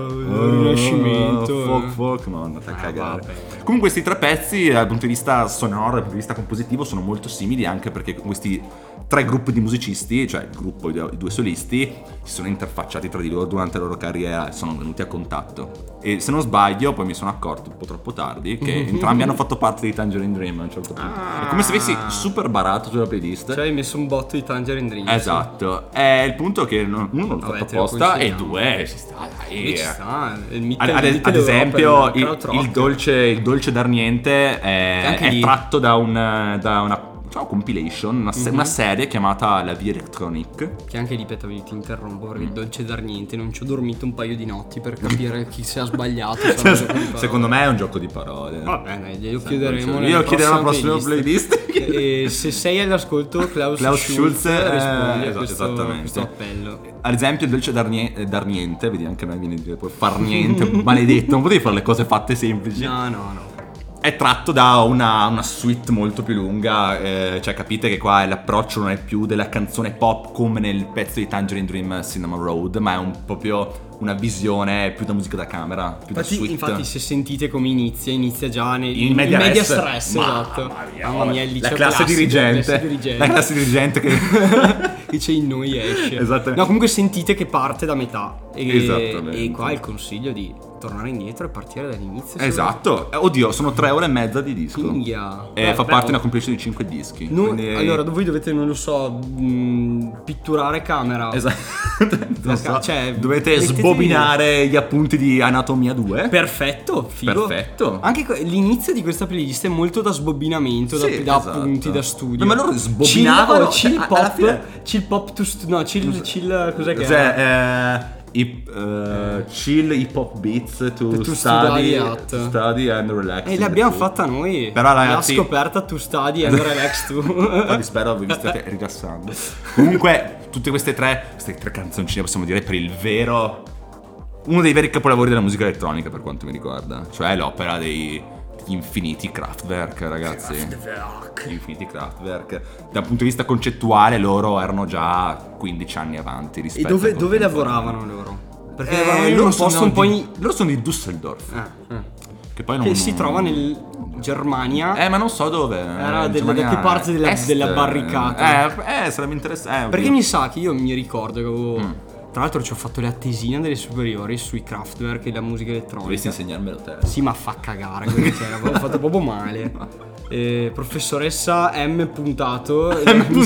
Rinascimento. Fuck, no, andate a cagare. vabbè. Comunque questi tre pezzi dal punto di vista sonoro, dal punto di vista compositivo sono molto simili, anche perché questi tre gruppi di musicisti, cioè il gruppo e i due solisti, si sono interfacciati tra di loro durante la loro carriera e sono venuti a contatto. E se non sbaglio, poi mi sono accorto un po' troppo tardi che entrambi hanno fatto parte di Tangerine Dream a un certo punto. È come se avessi super barato sulla playlist. Cioè hai messo un botto di Tangerine Dream. Esatto. È il punto che uno non l'ho Vabbè, fatto te lo apposta e consigliamo. due ci sta, dai. Ci sta. Ad esempio il dolce dolce dar niente Anche è lì. tratto da una compilation, una serie chiamata La Vie Electronique. Che anche lì ti interrompo perché il dolce dar niente. Non ci ho dormito un paio di notti per capire chi si è sbagliato. Secondo me è un gioco di parole. Vabbè, glielo chiederemo. Io chiederò la prossima playlist. E se sei all'ascolto, Klaus Schulze risponde a esattamente. questo appello. Ad esempio il dolce dar niente, vedi anche a me viene di dire poi far niente, maledetto, non potevi fare le cose fatte semplici. No. È tratto da una suite molto più lunga, cioè capite che qua l'approccio non è più della canzone pop come nel pezzo di Tangerine Dream Cinema Road, ma è proprio una visione più da musica da camera, più da suite. Infatti se sentite come inizia già in media stress, esatto. Mamma mia, il la liceo classe dirigente. La classe dirigente che che c'è in noi esce. Esattamente. No, comunque sentite che parte da metà. Esattamente. E qua il consiglio di tornare indietro e partire dall'inizio. Esatto. Oddio, sono 3 ore e mezza di disco. Minchia. E fa parte di una compilation di 5 dischi. Quindi... Allora, voi dovete, non lo so, pitturare camera. Esatto. Cioè, dovete mettetevi- sbobinare gli appunti di Anatomia 2. Perfetto, figo. Perfetto. Anche l'inizio di questa playlist è molto da sbobinamento, Sì, da esatto. appunti, da studio. No, ma loro sbobinavano, chill cioè, pop, alla fine- chill pop chill cos'è che è? Cos'è? Chill hip hop beats to study study and relax. E l'abbiamo fatta noi. Però, ragazzi- la scoperta to study and relax tu. Infatti spero vi stiate rilassando. Comunque, tutte queste tre canzoncine possiamo dire per uno dei veri capolavori della musica elettronica per quanto mi riguarda. Cioè l'opera degli infiniti Kraftwerk, ragazzi. Gli infiniti Kraftwerk. Dal punto di vista concettuale loro erano già 15 anni avanti E rispetto ai dove contemporanei. lavoravano loro? Perché lavoravano in loro un posto sono un po' loro sono di Düsseldorf. Che poi non che si trova nel Germania. ma non so dove. Era in da Germania che parte della est. barricata? Sarebbe interessante. Perché mi sa che io mi ricordo che avevo. Tra l'altro ci ho fatto le attesine delle superiori sui Kraftwerk e la musica elettronica. Dovresti insegnarmelo te. Sì, ma fa cagare, quindi cioè, l'avevo fatto proprio male. Professoressa M puntato. Mi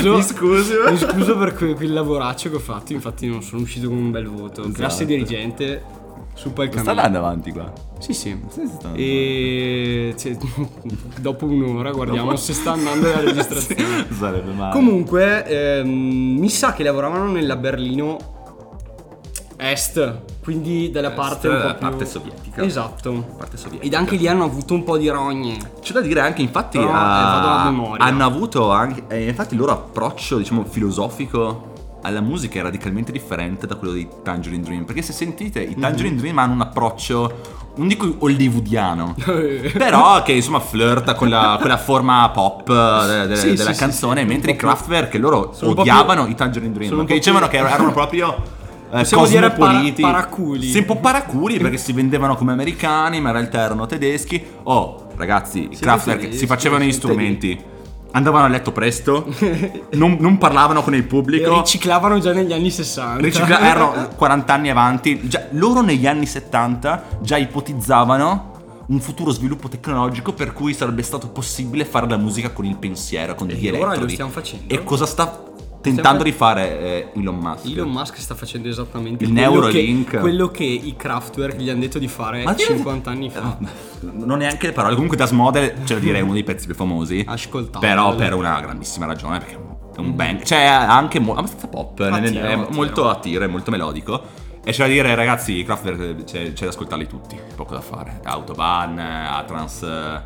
scuso per quel lavoraccio che ho fatto. Infatti non sono uscito con un bel voto. Classe dirigente su poi il Sta cammino. andando avanti qua. Sì. sta E dopo un'ora guardiamo se sta andando la registrazione. Sarebbe male. Comunque mi sa che lavoravano nella Berlino est, quindi dalla parte un po' più... parte sovietica. Esatto. Parte sovietica. Ed anche lì hanno avuto un po' di rogne. C'è da dire anche, infatti, Però, vado a memoria. hanno avuto anche, infatti il loro approccio, diciamo, filosofico alla musica è radicalmente differente da quello dei Tangerine Dream, perché se sentite i Tangerine Dream hanno un approccio, non dico hollywoodiano, però che insomma flirta con la forma pop Sì, della sì, canzone, sì, mentre i un po' più- Kraftwerk loro sono un po' odiavano più- i Tangerine sono Dream, un che po' dicevano più- che erano proprio Possiamo dire cosmopoliti, paraculi. sì, un po' paraculi perché si vendevano come americani ma in realtà erano tedeschi. Oh ragazzi, i Kraftwerk tedeschi, si facevano gli sono strumenti, andavano a letto presto, non parlavano con il E pubblico, riciclavano già negli anni 60. erano 40 anni avanti. Già, loro negli anni 70 già ipotizzavano un futuro sviluppo tecnologico per cui sarebbe stato possibile fare la musica con il pensiero, con degli E ora elettrodi. lo stiamo facendo. E cosa sta tentando di fare Elon Musk? Elon Musk sta facendo esattamente Il quello Neuralink. quello che i Kraftwerk gli hanno detto di fare Ma 50 anni fa. Non neanche le parole. Comunque Das Model, c'è da dire, è uno dei pezzi più famosi. Ascoltatelo. Però per una grandissima ragione, perché è un bang. Cioè, anche abbastanza pop. Attiro, è attiro. molto a tiro, è molto melodico. E c'è da dire, ragazzi, i Kraftwerk c'è da ascoltarli tutti. Poco da fare. Autobahn, a Trans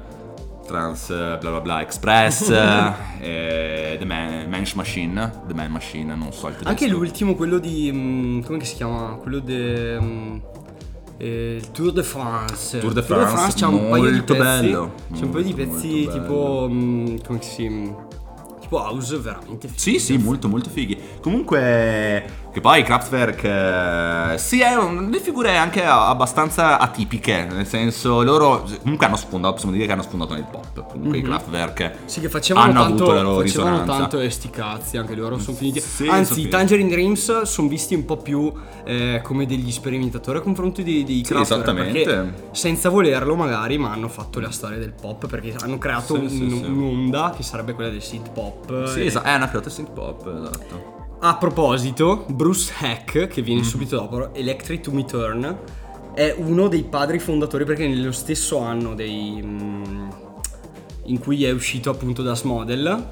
bla bla bla Express, The Man Machine, non so il tedesco. Anche l'ultimo, quello di come che si chiama? Quello di Tour de France. Tour de France, c'ha un paio di molto pezzi. bello. C'è un paio di Molto, pezzi molto tipo come si tipo house veramente Sì, sì, molto molto fighi. Comunque, che poi Kraftwerk sì, è delle figure anche abbastanza atipiche, nel senso loro comunque possiamo dire che hanno sfondato nel pop. Comunque i Kraftwerk Sì, che facevano hanno tanto, avuto la loro facevano risonanza. tanto sti cazzi, anche loro sono finiti. Sì, Anzi, sono i finiti. Tangerine Dreams sono visti un po' più come degli sperimentatori a confronto dei Sì, Kraftwerk, esattamente. perché senza volerlo magari, ma hanno fatto la storia del pop, perché hanno creato Sì, sì. un'onda che sarebbe quella del synth pop. Sì, è una creatura synth pop, esatto. A proposito, Bruce Heck, che viene subito dopo, Electric to Me Turn, è uno dei padri fondatori, perché nello stesso anno in cui è uscito appunto Das Model,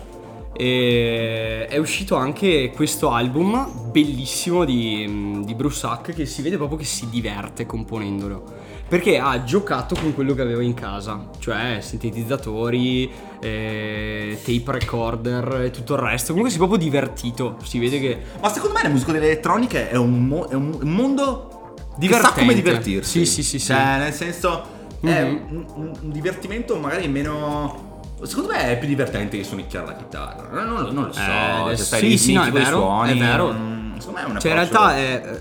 è uscito anche questo album bellissimo di Bruce Heck, che si vede proprio che si diverte componendolo, perché ha giocato con quello che aveva in casa, cioè sintetizzatori, tape recorder e tutto il resto. Comunque si è proprio divertito, si vede che Ma secondo me la musica dell'elettronica è un mondo divertente. che sa come divertirsi. Sì. Cioè, nel senso, è un divertimento magari meno. Secondo me è più divertente che suonicchiare la chitarra. Non lo so. Se stai lì, sì, no, è senti quei vero, suoni, è vero. Secondo me è una Cioè in realtà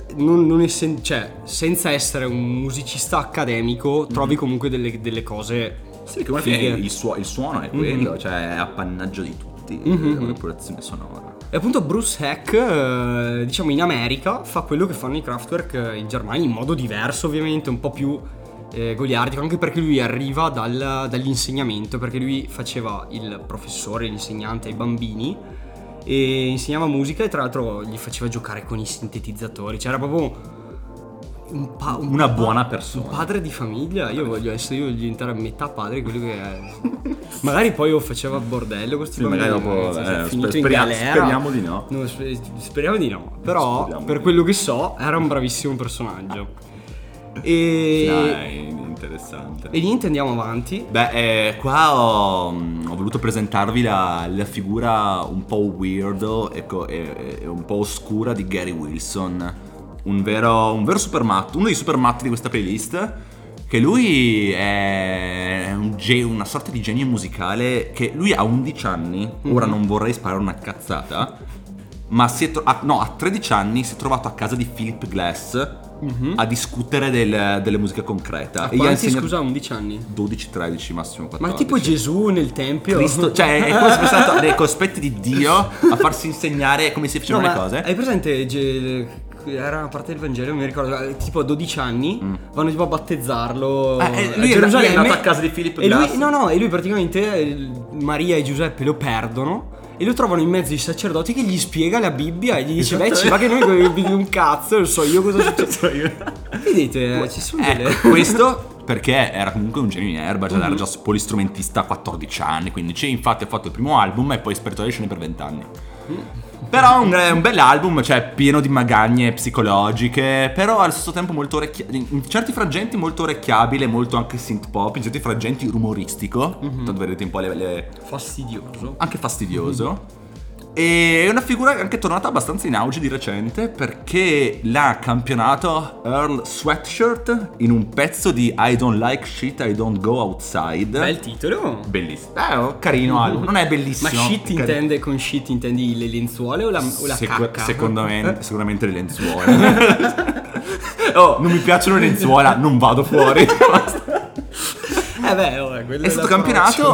cioè, senza essere un musicista accademico trovi comunque delle cose. Sì, che alla fine fighe. il suono è quello, cioè è appannaggio di tutti, è un'epurazione sonora. E appunto Bruce Heck, diciamo in America, fa quello che fanno i Kraftwerk in Germania, in modo diverso ovviamente, un po' più goliardico, anche perché lui arriva dall'insegnamento, perché lui faceva il professore, l'insegnante ai bambini e insegnava musica, e tra l'altro gli faceva giocare con i sintetizzatori, cioè era proprio Una buona persona. un padre di famiglia. Io voglio diventare a metà padre, quello che è. Magari poi io faceva bordello questo, Sì, magari dopo finito in galera. speriamo di no. No, speriamo di no. Però Speriamo per di quello che so era un bravissimo personaggio. E Dai, interessante. E niente, andiamo avanti. Beh, qua ho voluto presentarvi la figura un po' weirdo e un po' oscura di Gary Wilson, un vero super matto, uno dei super matti di questa playlist, che lui è una sorta di genio musicale, che lui ha 11 anni, ora non vorrei sparare una cazzata, ma a 13 anni si è trovato a casa di Philip Glass a discutere della musica concreta. A E gli ha quanti, insegnato scusa, 11 anni? 12-13, massimo 14. Ma tipo Gesù nel tempio? Cristo, cioè è come se fosse stato dei cospetti di Dio a farsi insegnare come si facevano No, le ma cose. hai presente era una parte del Vangelo, mi ricordo, tipo a 12 anni vanno tipo a battezzarlo Lui a è Gerusalemme, andato a casa di Philip e Glass. lui, lui praticamente Maria e Giuseppe lo perdono e lo trovano in mezzo ai sacerdoti, che gli spiega la Bibbia e gli dice beh, ci va che noi di un cazzo, lo so io cosa succede. Vedete, ci sono delle Questo perché era comunque un genio in erba, cioè era già polistrumentista a 14 anni, quindi infatti ha fatto il primo album e poi spiritual scene per 20 anni. Però è un bel album, cioè pieno di magagne psicologiche, però allo stesso tempo molto in certi frangenti molto orecchiabile, molto anche synth pop, in certi frangenti rumoristico, tanto vedete un po' Fastidioso. anche fastidioso. E è una figura anche tornata abbastanza in auge di recente, perché l'ha campionato Earl Sweatshirt in un pezzo di I Don't Like Shit, I Don't Go Outside. Bel titolo. Bellissimo, carino album, non è bellissimo. Ma shit intende, con shit intendi le lenzuole o la cacca? Secondo me, sicuramente le lenzuola. Oh, non mi piacciono le lenzuola, non vado fuori. Basta. Quello È stato campionato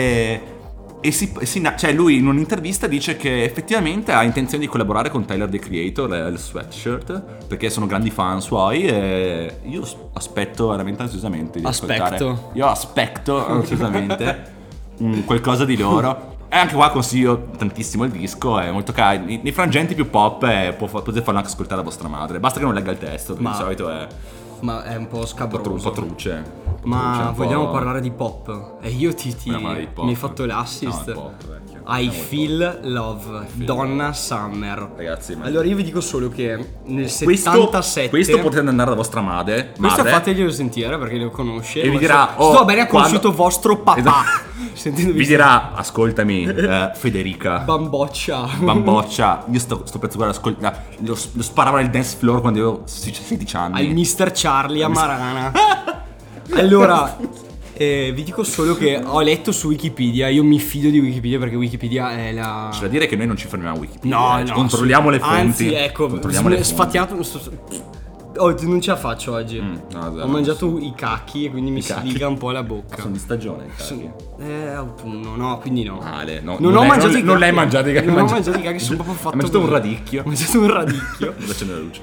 cioè lui in un'intervista dice che effettivamente ha intenzione di collaborare con Tyler the Creator e il Sweatshirt, perché sono grandi fan suoi, e io aspetto veramente ansiosamente di ascoltare. Io aspetto ansiosamente qualcosa di loro. E anche qua consiglio tantissimo il disco, è molto carino. Nei frangenti più pop potete farlo anche ascoltare a vostra madre, basta che non legga il testo, perché di solito è un po' scabroso, un po' truce. Ma vogliamo parlare di pop? E io mi hai fatto l'assist. No, pop, vecchio. I Feel Love, Donna Summer. Ragazzi, allora io vi dico solo che nel 77 questo potete andare da vostra madre. Questo fateglielo sentire perché lo conosce. E vi dirà: sto bene, ha conosciuto vostro papà. Esatto. Vi dirà: ascoltami, Federica Bamboccia, io sto pezzo qua lo sparavo nel dance floor quando avevo 16 anni. Al Mr. Charlie a Marana. Allora, vi dico solo che ho letto su Wikipedia. Io mi fido di Wikipedia perché Wikipedia è la... C'è da dire che noi non ci fermiamo a Wikipedia. No, controlliamo le fonti. Anzi, ecco, sfatiato. Non ce la faccio oggi. Ho mangiato i cacchi e quindi mi si liga un po' la bocca. Sono di stagione i cacchi. Autunno, no, quindi no. Non ho mangiato i cacchi. Non l'hai mangiato i cacchi. Non ho mangiato i cacchi, sono proprio fatto. Ho mangiato un radicchio. Ho mangiato un radicchio. Accende la luce.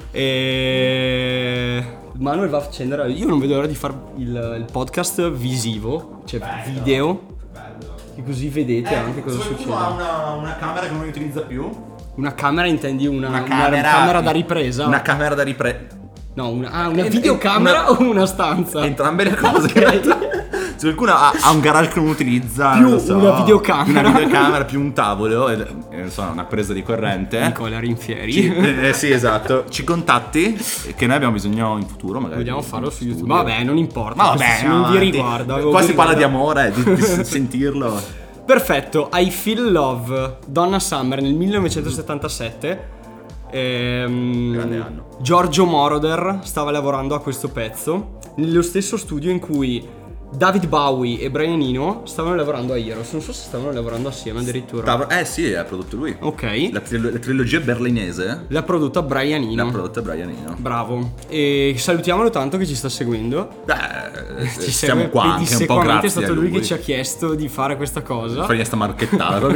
Manuel va a accendere. Io non vedo l'ora di fare il podcast visivo, cioè video, che così vedete anche cosa succede. Una camera che non utilizza più. Una camera intendi una camera da ripresa? Una camera da ripresa. No, una videocamera o una stanza? Entrambe le cose. Se qualcuno ha un garage che non utilizza, più una videocamera, più un tavolo e una presa di corrente, Nicola Rinfieri. sì, esatto. Ci contatti, che noi abbiamo bisogno in futuro, magari. Vogliamo farlo su YouTube. Vabbè, non importa. Ma vabbè, non vi riguarda. Qua si parla di amore, di sentirlo. Perfetto. I Feel Love, Donna Summer nel 1977. Grande anno. Giorgio Moroder stava lavorando a questo pezzo nello stesso studio in cui David Bowie e Brian Eno stavano lavorando a Heroes. Non so se stavano lavorando assieme addirittura. Sì, ha prodotto lui. Ok. La trilogia berlinese l'ha prodotta Brian Eno. Bravo. E salutiamolo tanto che ci sta seguendo. Ci siamo qua anche un po' grazie. È stato lui che ci ha chiesto di fare questa cosa. Fare sta marchettata.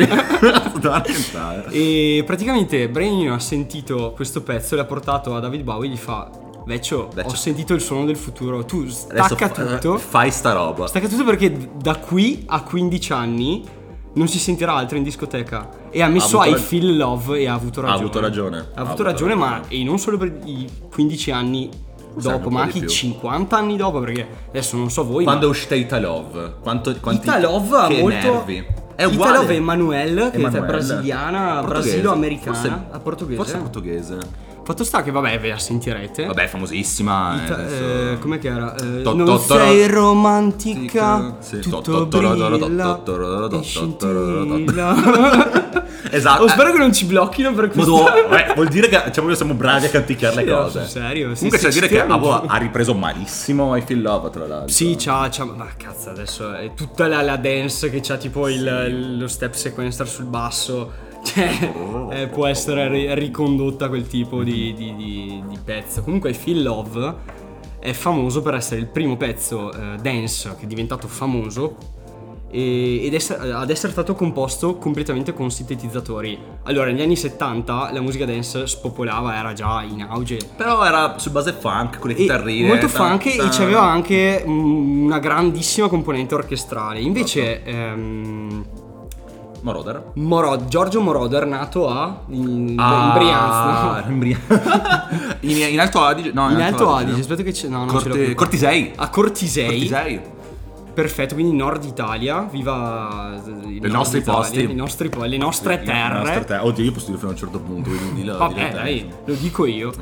E praticamente Brian Eno ha sentito questo pezzo, l'ha portato a David Bowie e gli fa: Vecchio, ho sentito il suono del futuro. Tu stacca tutto. Fai sta roba. Stacca tutto perché da qui a 15 anni non si sentirà altro in discoteca. E ha messo I Feel Love e ha avuto ragione. Ha avuto ragione, ma e non solo per i 15 anni dopo, ma anche i 50 anni dopo, perché adesso non so voi. Quando è uscita Italove? Italove ha molto nervi. È uguale. Italove Emanuele, che è brasiliana, brasilo-americana, forse portoghese. Fatto sta che vabbè, ve la sentirete. Vabbè, famosissima. Com'è che era? Non sei romantica. Tutto brilla e scintilla. Esatto. Spero che non ci blocchino per questo. Vuol dire che siamo bravi a canticchiare le cose. Serio? Comunque c'è da dire che ha ripreso malissimo I Feel Love, tra l'altro. Sì, c'ha. Ma cazzo, adesso è tutta la dance che c'ha tipo lo step sequencer sul basso. Cioè, può essere ricondotta a quel tipo di pezzo. Comunque I Feel Love è famoso per essere il primo pezzo dance che è diventato famoso ad essere stato composto completamente con sintetizzatori. Allora, negli anni 70 la musica dance spopolava, era già in auge, però era su base funk, con le chitarrine molto funk, e c'aveva anche una grandissima componente orchestrale. Invece Giorgio Moroder, nato in Brianza. In Alto Adige. No, in Alto Adige. Aspetta che c'è. No, non ce l'ho più. Cortisei. A Cortisei. Perfetto, quindi Nord Italia, viva I nostri posti. le nostre terre. Oddio, io posso dirlo fino a un certo punto, quindi di là. Vabbè, dai, lo dico io.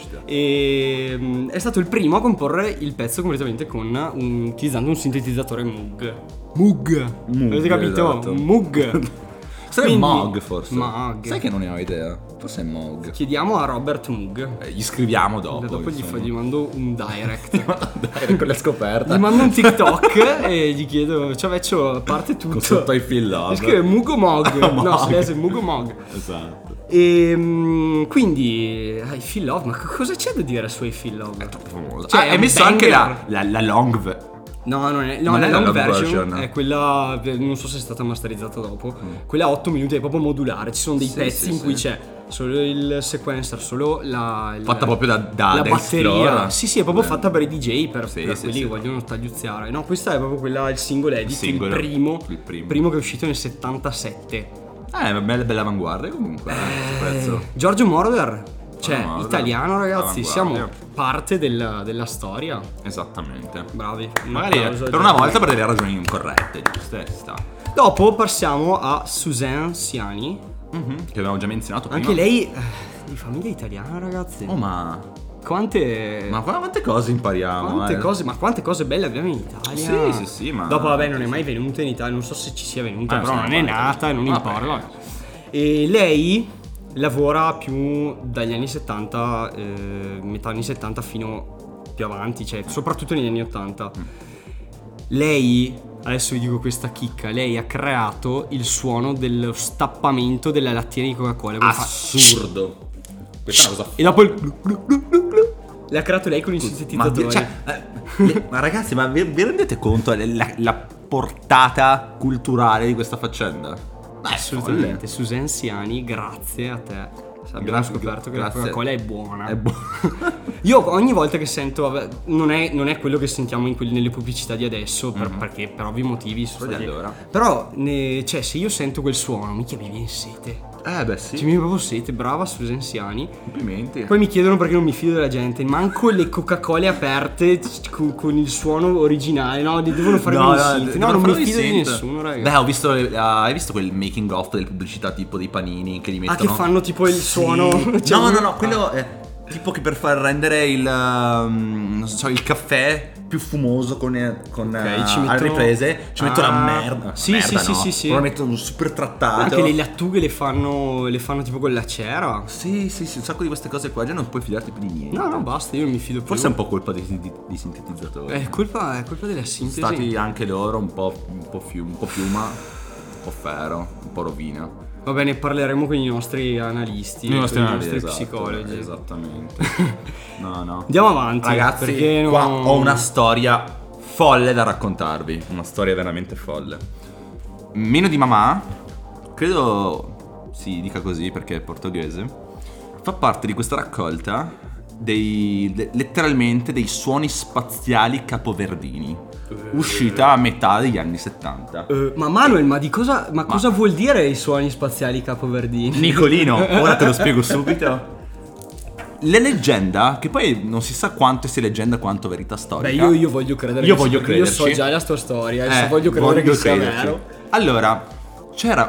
E è stato il primo a comporre il pezzo completamente utilizzando un sintetizzatore Moog. Moog. Avete capito? Esatto. Moog. Sai Quindi- Moog forse? Moog. Sai che non ne ho idea. Forse è Moog. Chiediamo a Robert Moog. Gli scriviamo dopo. Dopo insomma. gli mando un direct. Dai, con la scoperta. Gli mando un TikTok e gli chiedo, ciao vecchio, a parte tutto. Con sotto i fill love. Mi scrive Mugo Mog. No, Mog. si legge Mugo Mog. Esatto. E quindi i Phil Love, ma cosa c'è da dire su i Phil Love? Famoso. Cioè, è hai un messo anche banger. la long. No, non è, no, Non la è la long long version, version. è quella, non so se è stata masterizzata dopo. Quella a 8 minuti è proprio modulare, ci sono dei Sì, pezzi sì, in cui sì. c'è solo il sequencer, solo la Fatta proprio da la dance batteria. floor. Sì, è proprio fatta per i DJ, per Sì, quelli sì, che sì. vogliono tagliuzzare. No, questa è proprio quella, il singolo edit, singolo, il il primo che è uscito nel 77. Bella avanguardia comunque. questo prezzo. Giorgio Moroder, cioè Giorgio Moroder, italiano ragazzi, avanguardia. siamo parte della storia. Esattamente. Bravi. Un Magari applauso a per una Giorgio. volta per delle ragioni incorrette, giuste, ci sta. Dopo passiamo a Suzanne Ciani. Che avevamo già menzionato prima. Anche lei di famiglia italiana, ragazzi. Oh ma quante cose impariamo. quante cose belle abbiamo in Italia. Sì, ma Dopo vabbè, non è mai venuta in Italia, non so se ci sia venuta, però sì, non è vabbè. nata e non Vabbè. importa. Vabbè. E lei lavora più dagli anni 70, metà anni 70 fino più avanti, cioè soprattutto negli anni 80. Lei, adesso vi dico questa chicca, lei ha creato il suono dello stappamento della lattina di Coca-Cola. Come fa- assurdo. Questa è una cosa E dopo il glu glu glu glu glu, l'ha creato lei con il ma, sintetizzatore. ma ragazzi, ma vi rendete conto la portata culturale di questa faccenda? Assolutamente, Suzanne Ciani, grazie a te. Abbiamo scoperto che grazie. la Coca-Cola è buona. È buono. Io ogni volta che sento, vabbè, non è quello che sentiamo nelle pubblicità di adesso, perché per ovvi motivi sono Quello di stati- allora. Però, cioè, se io sento quel suono, mi viene sete. Beh sì. Ci mi viene proprio sete, brava Suzanne Ciani. Complimenti. Poi mi chiedono perché non mi fido della gente. Manco le Coca-Cola aperte con il suono originale, no? Devono fare dei synth. No, non mi fido di nessuno, ragazzi. Beh, ho visto hai visto quel making of delle pubblicità tipo dei panini che li mettono? Ah, che fanno tipo il suono. Sì. Cioè, No, quello è tipo che per far rendere non so, il caffè più fumoso con ci alle mettono- riprese ci mettono la Ah. merda. Sì, merda, sì, no. sì, sì. Poi lo mettono super trattato. Anche le lattughe le fanno tipo con la cera. Sì, un sacco di queste cose qua già non puoi fidarti più di niente. No, basta, io non mi fido più. Forse è un po' colpa di sintetizzatori. È colpa della sintesi. Stati anche loro un po' fiuma, un po' ferro, un po' rovina. Va bene, parleremo con i nostri analisti, con i nostri esatto, psicologi. Esattamente. No. Andiamo avanti. Ragazzi, perché qua non- ho una storia folle da raccontarvi. Una storia veramente folle. Meno di mamma, credo si dica così perché è portoghese, fa parte di questa raccolta letteralmente dei suoni spaziali capoverdini. Uscita a metà degli anni 70. Ma Manuel, ma cosa vuol dire i suoni spaziali capoverdini? Nicolino, ora te lo spiego subito. La leggenda, che poi non si sa quanto sia leggenda quanto verità storica. Beh, io voglio credere. Io che voglio sia, perché crederci. Io so già la tua storia, adesso voglio credere che sia crederci. vero. Allora, c'era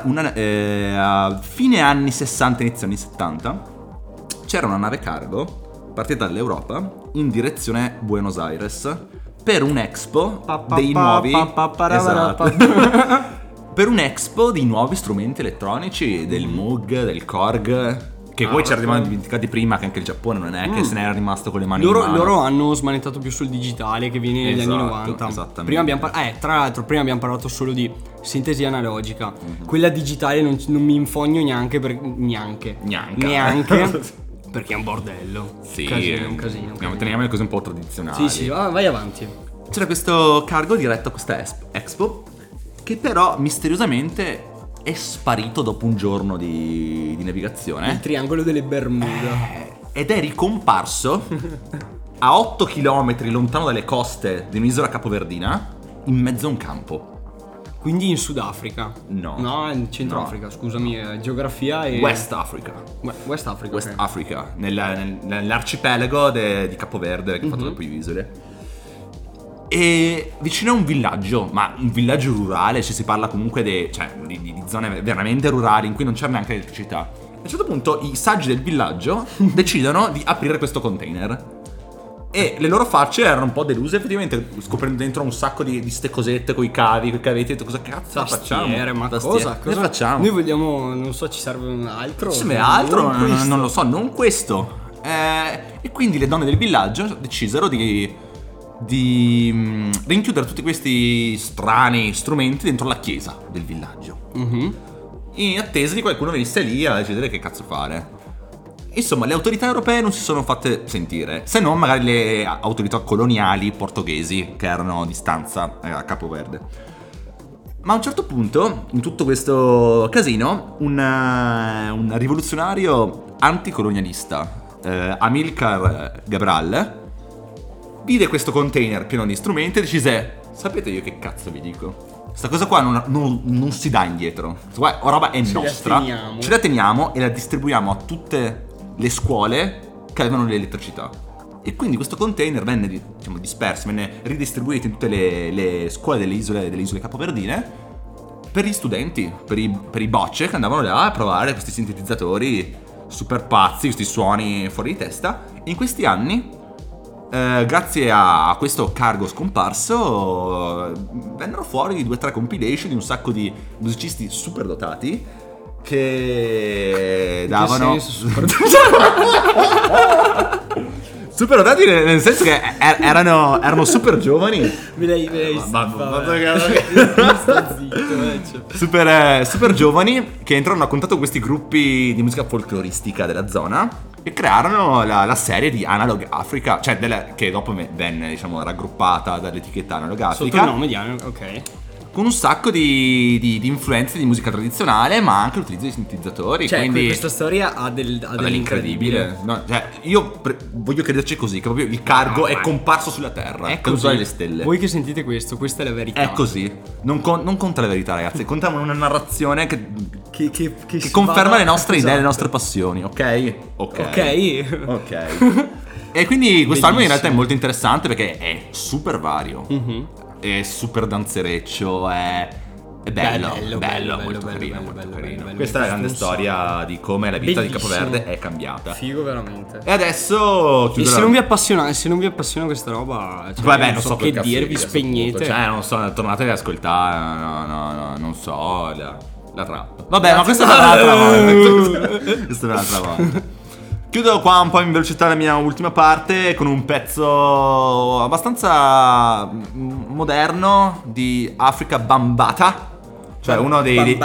a fine anni 60, inizio anni 70, c'era una nave cargo partita dall'Europa in direzione Buenos Aires per un expo dei nuovi esatto. Per un expo di nuovi strumenti elettronici, del Moog, del Korg, che poi ci eravamo dimenticati prima che anche il Giappone non è che se n'era rimasto con le mani in mano. Loro hanno smanettato più sul digitale che viene negli anni Esatto, 90. esattamente. Prima abbiamo tra l'altro prima abbiamo parlato solo di sintesi analogica. Quella digitale non mi infogno neanche neanche perché è un bordello. Sì, Casino, un casino. teniamo le cose un po' tradizionali. Sì, vai avanti. C'era questo cargo diretto a questa expo che però misteriosamente è sparito dopo un giorno di navigazione Il triangolo delle Bermuda. ed è ricomparso a 8 km lontano dalle coste di un'isola capoverdina in mezzo a un campo. Quindi in Sudafrica. No. No, in Centro No. Africa, scusami, geografia e West Africa. West Africa. West ok. Africa, nell'arcipelago di Capoverde che è fatto da più isole. e vicino a un villaggio, ma un villaggio rurale, ci si parla comunque di zone veramente rurali in cui non c'era neanche elettricità. A un certo punto i saggi del villaggio decidono di aprire questo container. E le loro facce erano un po' deluse, effettivamente, scoprendo dentro un sacco di ste cosette con i cavi, con i cavetti, cosa cazzo facciamo? Ma Tastiere. cosa facciamo? Noi vogliamo, non so, ci serve un altro? Sì, ma altro, questo. non lo so, non questo. E quindi le donne del villaggio decisero di rinchiudere tutti questi strani strumenti dentro la chiesa del villaggio. In attesa di qualcuno venisse lì a decidere che cazzo fare. Insomma, le autorità europee non si sono fatte sentire, se non magari le autorità coloniali portoghesi che erano di stanza a Capoverde. Ma a un certo punto, in tutto questo casino, un rivoluzionario anticolonialista, Amilcar Cabral, vide questo container pieno di strumenti e decise: sapete io che cazzo vi dico? Sta cosa qua non si dà indietro. Questa roba è nostra. Ce la teniamo e la distribuiamo a tutte le scuole che avevano l'elettricità. E quindi questo container venne disperso, venne ridistribuito in tutte le scuole delle isole capoverdine per gli studenti, per i bocce che andavano là a provare questi sintetizzatori super pazzi, questi suoni fuori di testa. E in questi anni, grazie a questo cargo scomparso, vennero fuori 2 o 3 compilation di un sacco di musicisti super dotati che davano super dotati nel senso che erano super giovani. Me l'hai super giovani che entrarono a contatto con questi gruppi di musica folcloristica della zona e crearono la serie di Analog Africa, cioè che dopo venne raggruppata dall'etichetta Analog Africa sotto il nome di Analog, ok, con un sacco di influenze di musica tradizionale, ma anche l'utilizzo di sintetizzatori. Cioè, quindi questa storia ha dell'incredibile. No, cioè, io voglio crederci così, che proprio il cargo è comparso sulla Terra, è caduto dalle stelle. Voi che sentite questo, questa è la verità. È così. Non conta la verità, ragazzi, conta una narrazione che si conferma le nostre idee, esatto, le nostre passioni, ok? Ok. E quindi quest'album in realtà è molto interessante perché è super vario. È super danzereccio, è bello, molto carino. Questa è la grande storia di come la vita di Capoverde è cambiata. Figo veramente. E adesso se non vi appassiona questa roba, vabbè, non so che dirvi, spegnete. Cioè, non so, tornate ad ascoltare, no, non so, la trap. Vabbè, ma questa è un'altra volta. Questa è un'altra volta. Chiudo qua un po' in velocità la mia ultima parte con un pezzo abbastanza moderno di Africa Bambaataa, cioè uno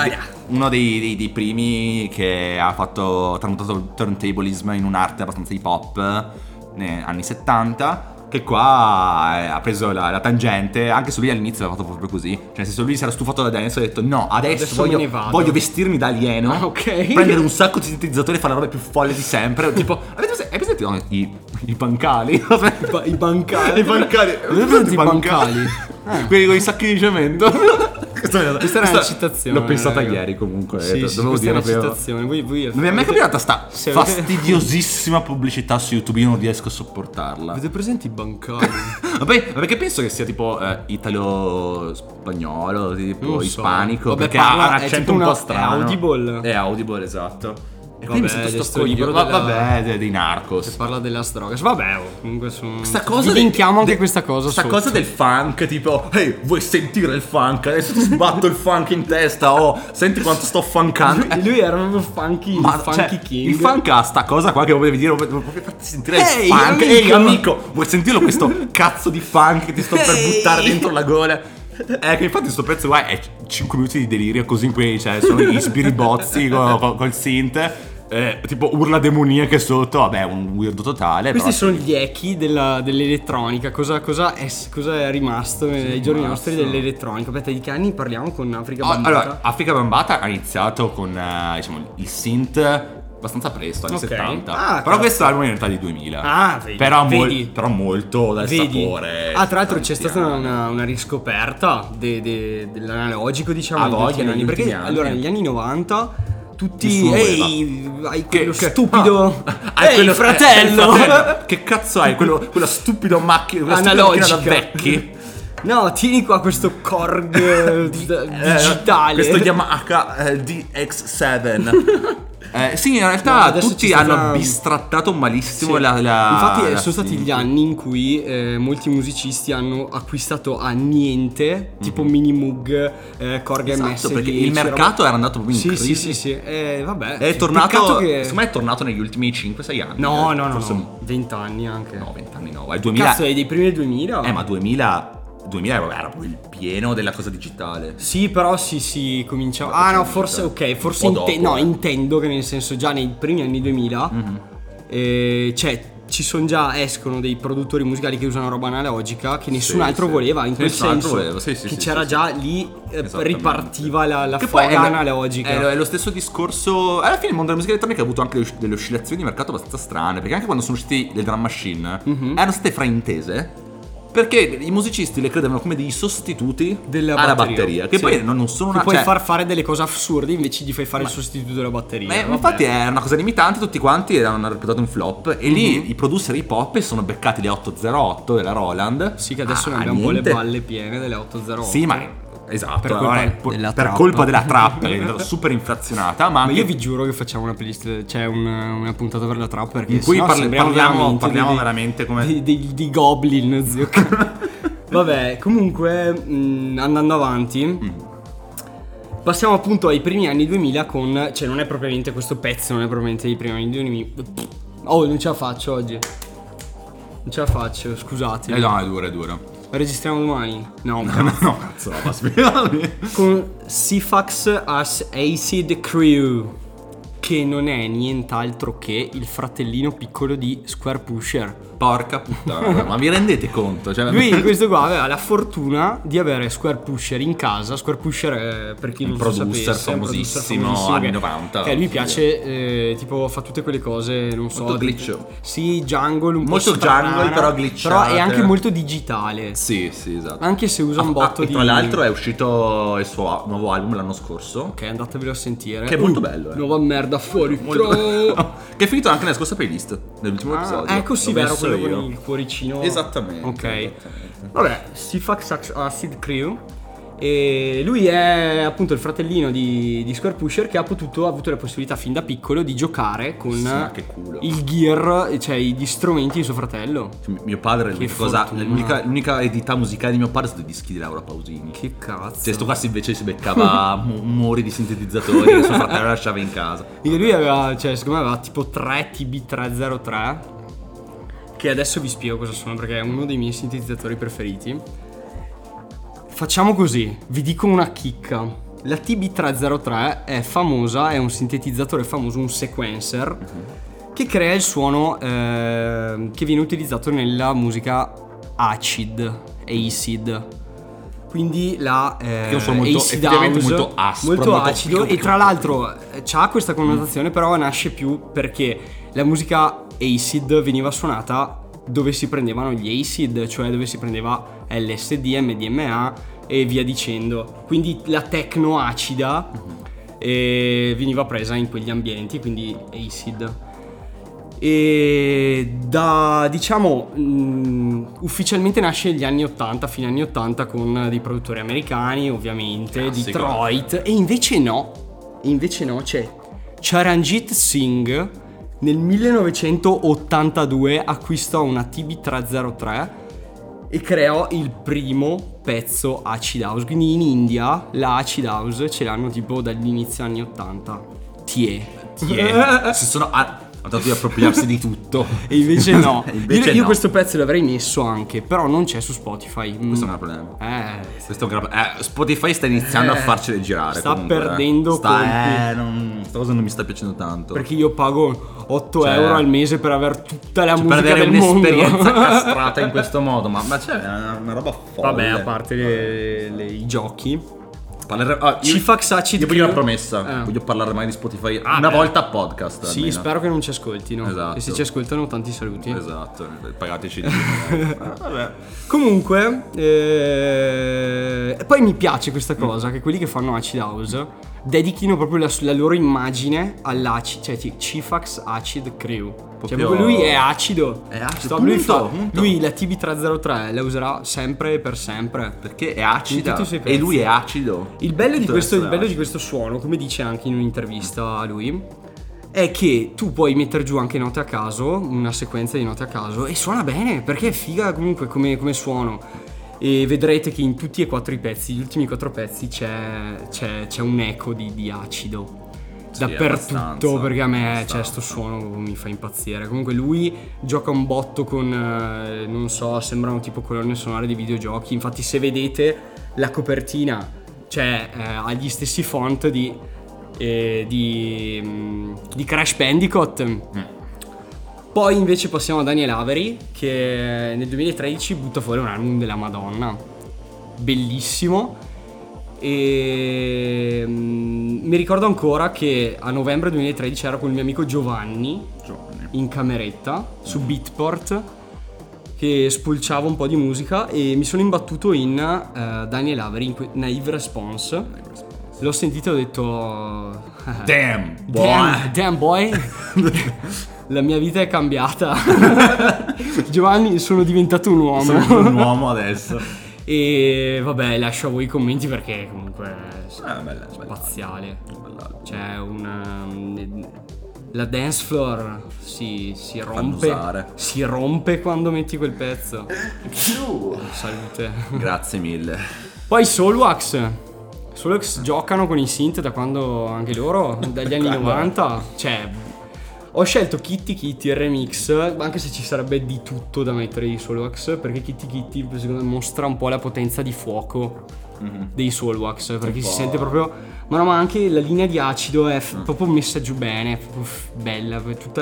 dei primi che ha tramutato il turntablism in un'arte abbastanza hip hop negli anni 70. Che qua ha preso la tangente. Anche se lui all'inizio l'ha fatto proprio così. Cioè, nel senso, lui si era stufato da dance e ha detto: no, adesso voglio vestirmi da alieno, ok, prendere un sacco di sintetizzatori e fare la roba più folle di sempre. Tipo, hai presente i bancali? I bancali. I bancali? Quelli con i sacchi di cemento. Questa era una citazione. L'ho pensata ieri comunque. Dovevo dire una citazione. Voi non mi è mai capitata sta fastidiosissima pubblicità su YouTube. Io non riesco a sopportarla. Avete presenti i bancali? Vabbè, perché penso che sia tipo italo-spagnolo, tipo ispanico. Vabbè, perché ha un accento un po' strano. È Audible, esatto. E quindi mi sento sto libro dei Narcos. Che parla della drogas. Vabbè, comunque questa cosa linkiamo anche questa cosa. Questa cosa del funk, tipo, ehi, vuoi sentire il funk? Adesso ti sbatto il funk in testa. Oh, senti quanto sto funkando. Lui era proprio funky king. Il funk ha sta cosa qua che volevi dire, vuoi farti sentire il funk. Ehi, amico, vuoi sentirlo questo cazzo di funk che ti sto per buttare dentro la gola? Che infatti sto pezzo qua è 5 minuti di delirio così in cui sono gli sbiribozzi col synth, tipo urla demoniache sotto, vabbè, un weirdo totale. Questi sono gli echi dell'elettronica. Cosa è rimasto nei giorni nostri dell'elettronica? Aspetta, di che anni parliamo con Africa Bambaataa? Allora, Africa Bambaataa ha iniziato con il synth abbastanza presto, anni 70. Però questo album in realtà è di 2000. Vedi. Però molto dal sapore. Tra l'altro c'è stata una riscoperta dell'analogico, diciamo, negli anni, perché anni. Allora negli anni 90 tutti hai quello stupido. Hai quello fratello. Che cazzo hai? Quella stupido macchina da vecchi. No, tieni qua questo Korg digitale. Questo Yamaha DX7. Sì, in realtà adesso tutti ci sta hanno fra- bistrattato malissimo Sì. la Infatti la sono stati synth. gli anni in cui molti musicisti hanno acquistato a niente, tipo Mini Moog, Korg Esatto, MS10, perché il mercato era andato proprio in Sì, crisi. sì. Vabbè. È peccato tornato, che... secondo me è tornato negli ultimi 5-6 anni. No, Forse- no. 20 anni anche. No, 20 anni no. È 2000. Cazzo, è dei primi del 2000? Ma 2000 era proprio il pieno della cosa digitale. Sì, però si cominciava. Ma Ah no, c'è forse vita. ok, forse Un po' dopo, intendo che nel senso già nei primi anni 2000 cioè ci sono già escono dei produttori musicali che usano roba analogica che nessun Sì, altro sì. voleva, in Sì, quel nessun altro senso voleva, sì, che sì, c'era sì, già sì. lì Esattamente. ripartiva la Che poi foga analogica. è lo stesso discorso. Alla fine il mondo della musica elettronica ha avuto anche delle oscillazioni di mercato abbastanza strane. Perché anche quando sono usciti le drum machine erano state fraintese. Perché i musicisti le credevano come dei sostituti alla batteria. Che Sì. poi non sono Ti una. puoi cioè, far fare delle cose assurde invece gli fai fare il sostituto della batteria. Vabbè. infatti è una cosa limitante, tutti quanti hanno reputato un flop. E lì i producer hip hop sono beccati le 808 della Roland. Sì, che adesso ne abbiamo un po' le balle piene delle 808. Sì, ma esatto, Per colpa della per trap. colpa della trap che è diventata super inflazionata. Ma Ma anche io vi giuro che facciamo una playlist, cioè una puntata per la trap perché in cui sennò sembriamo parliamo veramente come di goblin, zio. Vabbè, comunque andando avanti passiamo appunto ai primi anni 2000 con, cioè non è propriamente questo pezzo, non è propriamente dei primi anni 2000. Oh, non ce la faccio oggi. Non ce la faccio, scusate. no, è dura. Registriamo domani? No, No, cazzo, va, spiegami. con Sifax as Acid Crew, che non è nient'altro che il fratellino piccolo di Square Pusher. Porca puttana, ma vi rendete conto? Cioè, Lui, questo qua, aveva la fortuna di avere Square Pusher in casa. Square Pusher è, per chi Un non producer sapesse, è un producer famosissimo anni che- 90. Che a lui piace, tipo fa tutte quelle cose, non so, Molto glitch. Sì, jungle, un Molto po' strana, jungle, però glitchate. Però è anche molto digitale. Sì, esatto. Anche se usa un botto e di... tra l'altro è uscito il suo nuovo album l'anno scorso. Ok, andatevelo a sentire. Che è molto bello, Nuova merda fuori. Che è finito anche nella scorsa playlist, nell'ultimo episodio. Ecco sì, L'ho vero, messo quello io. con il cuoricino. Esattamente. Ok. esattamente. Vabbè, Sifax Acid Crew. E lui è appunto il fratellino di Square Pusher che ha avuto la possibilità fin da piccolo di giocare con Sì, ma che culo. il gear, cioè gli strumenti di suo fratello. Mio padre, Che fortuna. l'unica eredità musicale di mio padre sono i dischi di Laura Pausini. Che cazzo. Cioè, sto qua invece si beccava muri di sintetizzatori che suo fratello lasciava in casa. E lui aveva, cioè, secondo me aveva tipo 3 TB303. Che adesso vi spiego cosa sono perché è uno dei miei sintetizzatori preferiti. Facciamo così, vi dico una chicca. La TB303 è famosa, è un sintetizzatore famoso, un sequencer che crea il suono che viene utilizzato nella musica acid. Quindi la è un suono molto- acid effettivamente house, molto aspro, molto molto acido, e tra l'altro c'ha questa connotazione, però nasce più perché la musica acid veniva suonata dove si prendevano gli acid, cioè dove si prendeva LSD, MDMA e via dicendo. Quindi la techno acida veniva presa in quegli ambienti, quindi acid. E da, diciamo, ufficialmente nasce negli anni 80, fine anni 80, con dei produttori americani, ovviamente, Classico. Detroit. E invece no, c'è Charanjit Singh nel 1982 acquistò una TB303 e creò il primo pezzo acid house. Quindi in India la acid house ce l'hanno tipo dall'inizio anni 80. Si sono hanno tentato di appropriarsi di tutto. E invece no. Invece io no. questo pezzo l'avrei messo anche, però non c'è su Spotify. Questo è un problema. Eh, Spotify sta iniziando a farcele girare. Sta comunque, perdendo colpi. sta cosa non mi sta piacendo tanto. perché io pago 8 Cioè, euro al mese per avere tutta la musica per avere del mondo. un'esperienza castrata in questo modo, ma c'è una roba folle. Vabbè, a parte i giochi. Cifax Acid Io voglio una Crew. promessa. Voglio parlare mai di Spotify Ah, una beh. volta a podcast. Sì, almeno. spero che non ci ascoltino. Esatto. E se ci ascoltano, tanti saluti. Esatto, pagateci di vabbè. Comunque, e poi mi piace questa cosa, che quelli che fanno Acid House dedichino proprio la loro immagine all'acid, cioè Cifax Acid Crew. Cioè proprio lui è acido. È acido, Stop, lui, punto. lui la TB303 la userà sempre e per sempre. Perché è acida In tutti i suoi e pezzi. lui è acido. Il bello, di Tutto questo, deve il bello essere di questo suono, come dice anche in un'intervista a lui, è che tu puoi mettere giù anche note a caso, una sequenza di note a caso, e suona bene, perché è figa comunque come suono. E vedrete che in tutti e 4 i pezzi, gli ultimi 4 pezzi, c'è un eco di acido. Sì, Dappertutto, abbastanza, perché a me abbastanza. sto suono mi fa impazzire. Comunque lui gioca un botto con, non so, sembrano tipo colonne sonore di videogiochi. Infatti se vedete la copertina, cioè ha gli stessi font di Crash Bandicoot. Poi invece passiamo a Daniel Avery, che nel 2013 butta fuori un album della Madonna, bellissimo. E mi ricordo ancora che a novembre 2013 ero con il mio amico Giovanni in cameretta su Beatport, che spulciava un po' di musica, e mi sono imbattuto in Daniel Avery, in Naive Response. L'ho sentito e ho detto Damn, boy. damn boy. La mia vita è cambiata. Giovanni, sono diventato un uomo. Sono un uomo adesso. E vabbè, lascio a voi i commenti, perché comunque Bella. spaziale. C'è la dance floor si rompe. Annusare. Si rompe quando metti quel pezzo. Salute. Grazie mille. Poi Soulwax giocano con i synth da quando, anche loro, dagli anni 90. Cioè, ho scelto Kitty Kitty il remix, anche se ci sarebbe di tutto da mettere di Soulwax, perché Kitty Kitty secondo me mostra un po' la potenza di fuoco dei Soulwax, perché si sente proprio, ma anche la linea di acido è proprio messa giù bene, è proprio bella, tutta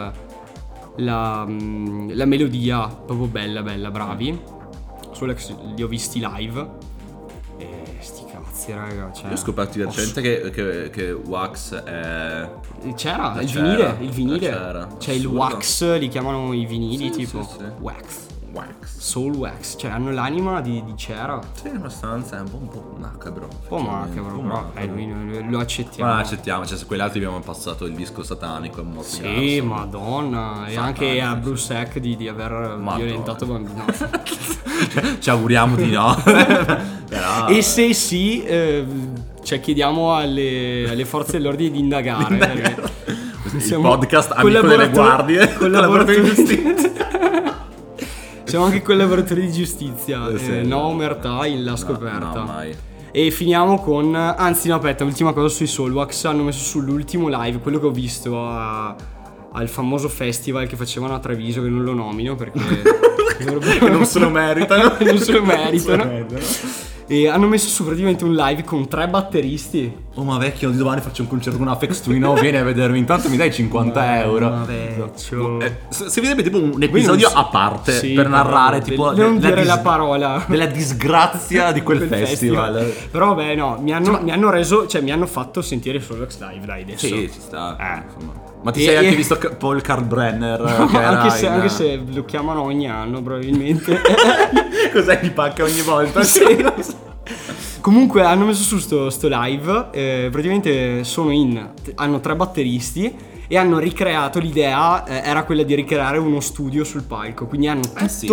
la melodia proprio bella, bravi. Soulwax li ho visti live e sti cazzi, raga, cioè, Io ho scoperto di recente che Wax è... C'era La il c'era, vinile. c'era. C'è il Assurdo. wax, li chiamano i vinili, Sì, tipo sì. wax, Wax. soul wax, cioè hanno l'anima di cera. Un Sì, abbastanza, è un po' macabro. po' macabro, però lui lo accettiamo. Ma accettiamo, cioè su quegli altri abbiamo passato il disco satanico, è molto Sì, madonna. E anche a Bruce Eck di aver violentato bambini. No. Ci auguriamo di no. Però... E se sì, cioè chiediamo alle forze dell'ordine di indagare. Perché il podcast amico delle guardie, collaboratori di giustizia. Siamo anche collaboratori di giustizia. Sì. No omertà l'ha scoperta. No, mai. E finiamo con... Anzi no, aspetta, ultima cosa sui Soulwax. Hanno messo sull'ultimo live, quello che ho visto al famoso festival che facevano a Treviso, che non lo nomino perché non se lo meritano. non se lo meritano. E hanno messo su praticamente un live con 3 batteristi. Oh, ma vecchio, di domani faccio un concerto con Apex Twin. No, vieni a vedermi, intanto mi dai 50 euro. Ma vecchio. Se vedrebbe tipo un episodio a parte, Sì, per narrare però, tipo non dire la parola della disgrazia di quel festival. Però vabbè, no, mi hanno reso, cioè mi hanno fatto sentire Soulwax live, dai, adesso. Sì, ci sta. Insomma. Ma ti E- sei anche e- visto Paul Kalkbrenner? Che era anche se lo chiamano ogni anno probabilmente. Cos'è che pacca ogni volta? Sì. Comunque hanno messo su sto live, praticamente hanno 3 batteristi e hanno ricreato l'idea, era quella di ricreare uno studio sul palco, quindi hanno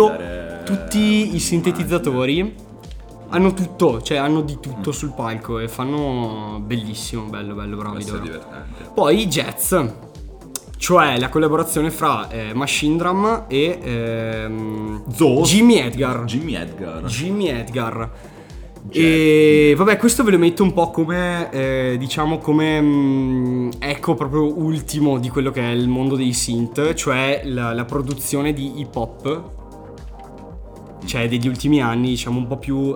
tutti i sintetizzatori, hanno tutto, cioè hanno di tutto sul palco e fanno bellissimo, bello, bravi Questo è loro. divertente. Poi Jazz, cioè la collaborazione fra Machine Drum e Zoos. Jimmy Edgar. Jimmy Edgar. E vabbè, questo ve lo metto un po' come diciamo come ecco proprio ultimo di quello che è il mondo dei synth, cioè la produzione di hip hop, cioè degli ultimi anni, diciamo un po' più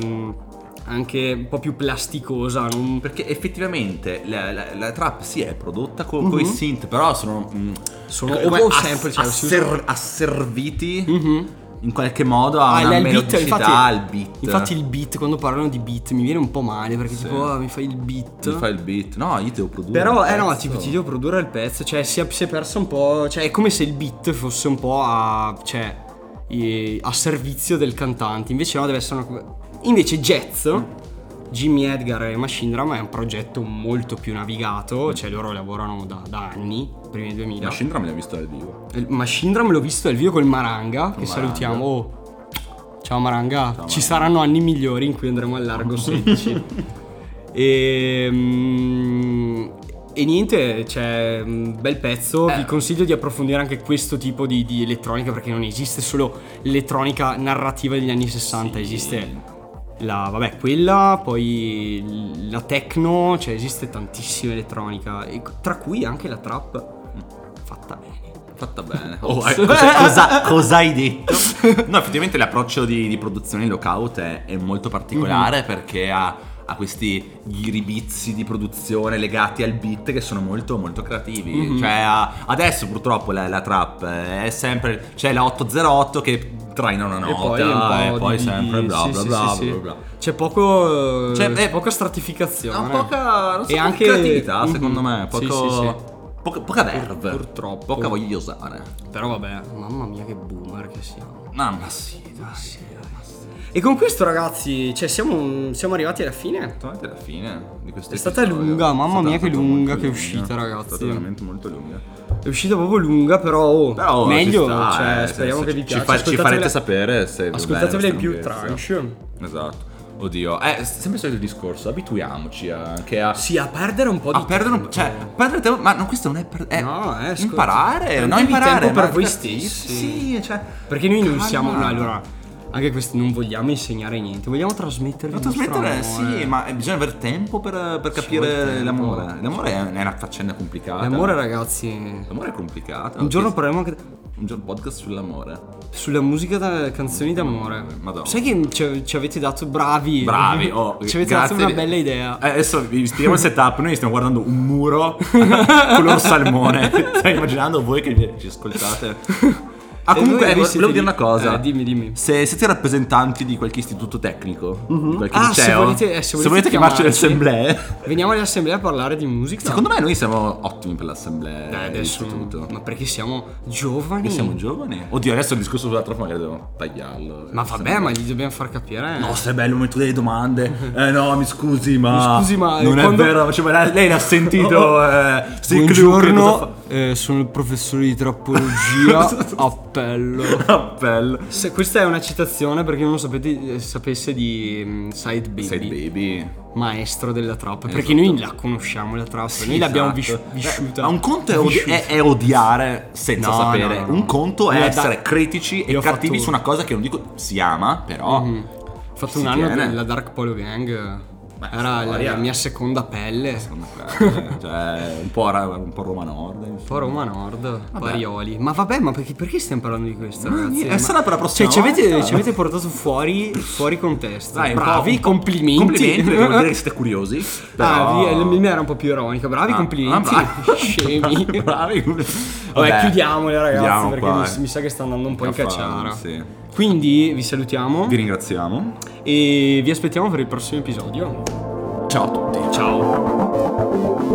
anche un po' più plasticosa, Perché effettivamente la trap sì è prodotta con i synth, però sono come semplice, asserviti in qualche modo a una il beat, melodicità, al beat. Infatti il beat, quando parlano di beat mi viene un po' male, perché tipo mi fai il beat. Mi fai il beat. No, io devo produrre. Però il no, pezzo. tipo ti devo produrre il pezzo, cioè si è persa un po', cioè è come se il beat fosse un po' a servizio del cantante, invece no, deve essere invece Jazz, Jimmy Edgar e Machine Drum è un progetto molto più navigato, cioè loro lavorano da anni primi 2000. Ma Shindra me l'ha visto dal vivo. Machine Drum l'ho visto dal vivo col Maranga, che Maranga. salutiamo. Oh. Ciao Maranga, Ciao, ci Maranga. saranno anni migliori in cui andremo al largo 16. E niente, c'è un bel pezzo. Vi consiglio di approfondire anche questo tipo di elettronica, perché non esiste solo l'elettronica narrativa degli anni 60, esiste quella, poi la techno, cioè esiste tantissima elettronica, e tra cui anche la trap fatta bene. Fatta bene. Cosa hai detto? No, effettivamente l'approccio di produzione in Lookout è molto particolare perché ha questi ghiribizzi di produzione legati al beat che sono molto molto creativi. Cioè adesso purtroppo la trap è sempre, c'è la 808 che traina una nota e poi sempre bla bla bla bla bla. C'è poco poca stratificazione, poca, non so, e poca anche creatività secondo me, sì. poca verve, Purtroppo. poca voglia di osare. Però vabbè, mamma mia che boomer che siamo. Ma sì, dai. E con questo ragazzi, cioè siamo arrivati alla fine. Esattamente alla fine di questo È stata episodio. lunga, mamma È mia stata che lunga molto che è uscita, ragazzi. È stata veramente molto lunga. È uscita proprio lunga, però ci meglio, sta, cioè speriamo che vi piaccia. Ci farete sapere se ascoltatevela in più lunghezza. tranche. Esatto. Oddio, è sempre il solito discorso, abituiamoci anche a Sì, a perdere un po' di perdere tempo. perdere tempo, ma no, questo non è No, ascolta, imparare, prendetevi non imparare tempo per ma voi divertirsi. stessi. Sì, cioè Perché noi non calma. siamo, no, allora, anche questo non vogliamo insegnare niente, vogliamo trasmettervi il nostro amore. Sì, ma bisogna avere tempo per vuole capire tempo. l'amore. L'amore è una faccenda complicata. L'amore, ragazzi, L'amore è complicato. un giorno parleremo anche un giorno podcast sull'amore. sulla musica canzoni d'amore. Madonna. Sai che ci avete dato bravi, Oh, ci avete dato una bella idea. Adesso vi spieghiamo il setup. Noi stiamo guardando un muro color salmone. Stai immaginando voi che ci ascoltate? Comunque voi volevo siete dire una cosa. Dimmi. Se siete rappresentanti di qualche istituto tecnico, di qualche Se liceo, volete chiamarci alle chiamarci, assemblee, veniamo alle assemblee a parlare di musica. secondo me noi siamo ottimi per l'assemblea adesso dell'istituto. ma perché siamo giovani? Perché siamo giovani? Oddio, adesso il discorso sulla trappa magari devo tagliarlo. Ma vabbè, ma gli dobbiamo far capire. No, stai bello, mi tu delle domande. No, mi scusi, ma. Mi scusi, ma non quando- è vero. Cioè, ma lei l'ha sentito. Buongiorno, sono il professore di trappologia. Appello. Appello. Se questa è una citazione, per chi non lo sapesse, di Side Baby, Side Baby. maestro della trap. Esatto. Perché noi la conosciamo la trap, noi l'abbiamo Esatto. vissuta. Ma un conto è, Vissuta. è odiare senza No, sapere. no, no. Un conto è Io essere critici e io ho cattivi fatto- su una cosa che non dico si ama, però. Ho fatto si un anno tiene. della Dark Polo Gang. Beh, Era storia. la mia seconda pelle. Cioè, un po' Roma Nord. Un po' Roma Nord, Parioli. Ma vabbè, ma perché stiamo parlando di questo, ragazzi? È sarà per la prossima Cioè, volta. ci avete portato fuori contesto. Dai, Bravi, complimenti. Complimenti, perché vuol dire che siete curiosi. Però. La mia era un po' più ironica. Bravi, complimenti. bravi. Scemi. Bravi. Vabbè, chiudiamole, ragazzi, chiudiamo perché qua, mi sa che sta andando un po' in cacciara. Sì. Quindi vi salutiamo Vi ringraziamo. e vi aspettiamo per il prossimo episodio. Ciao a tutti. Ciao.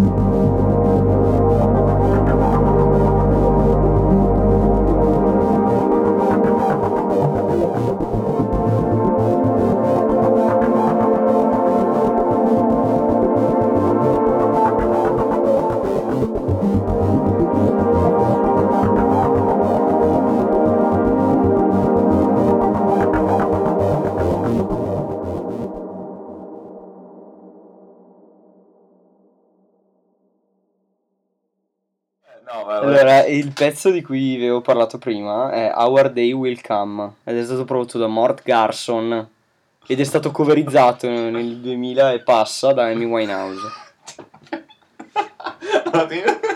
Allora, il pezzo di cui vi avevo parlato prima è Our Day Will Come ed è stato prodotto da Mort Garson ed è stato coverizzato nel 2000 e passa da Amy Winehouse.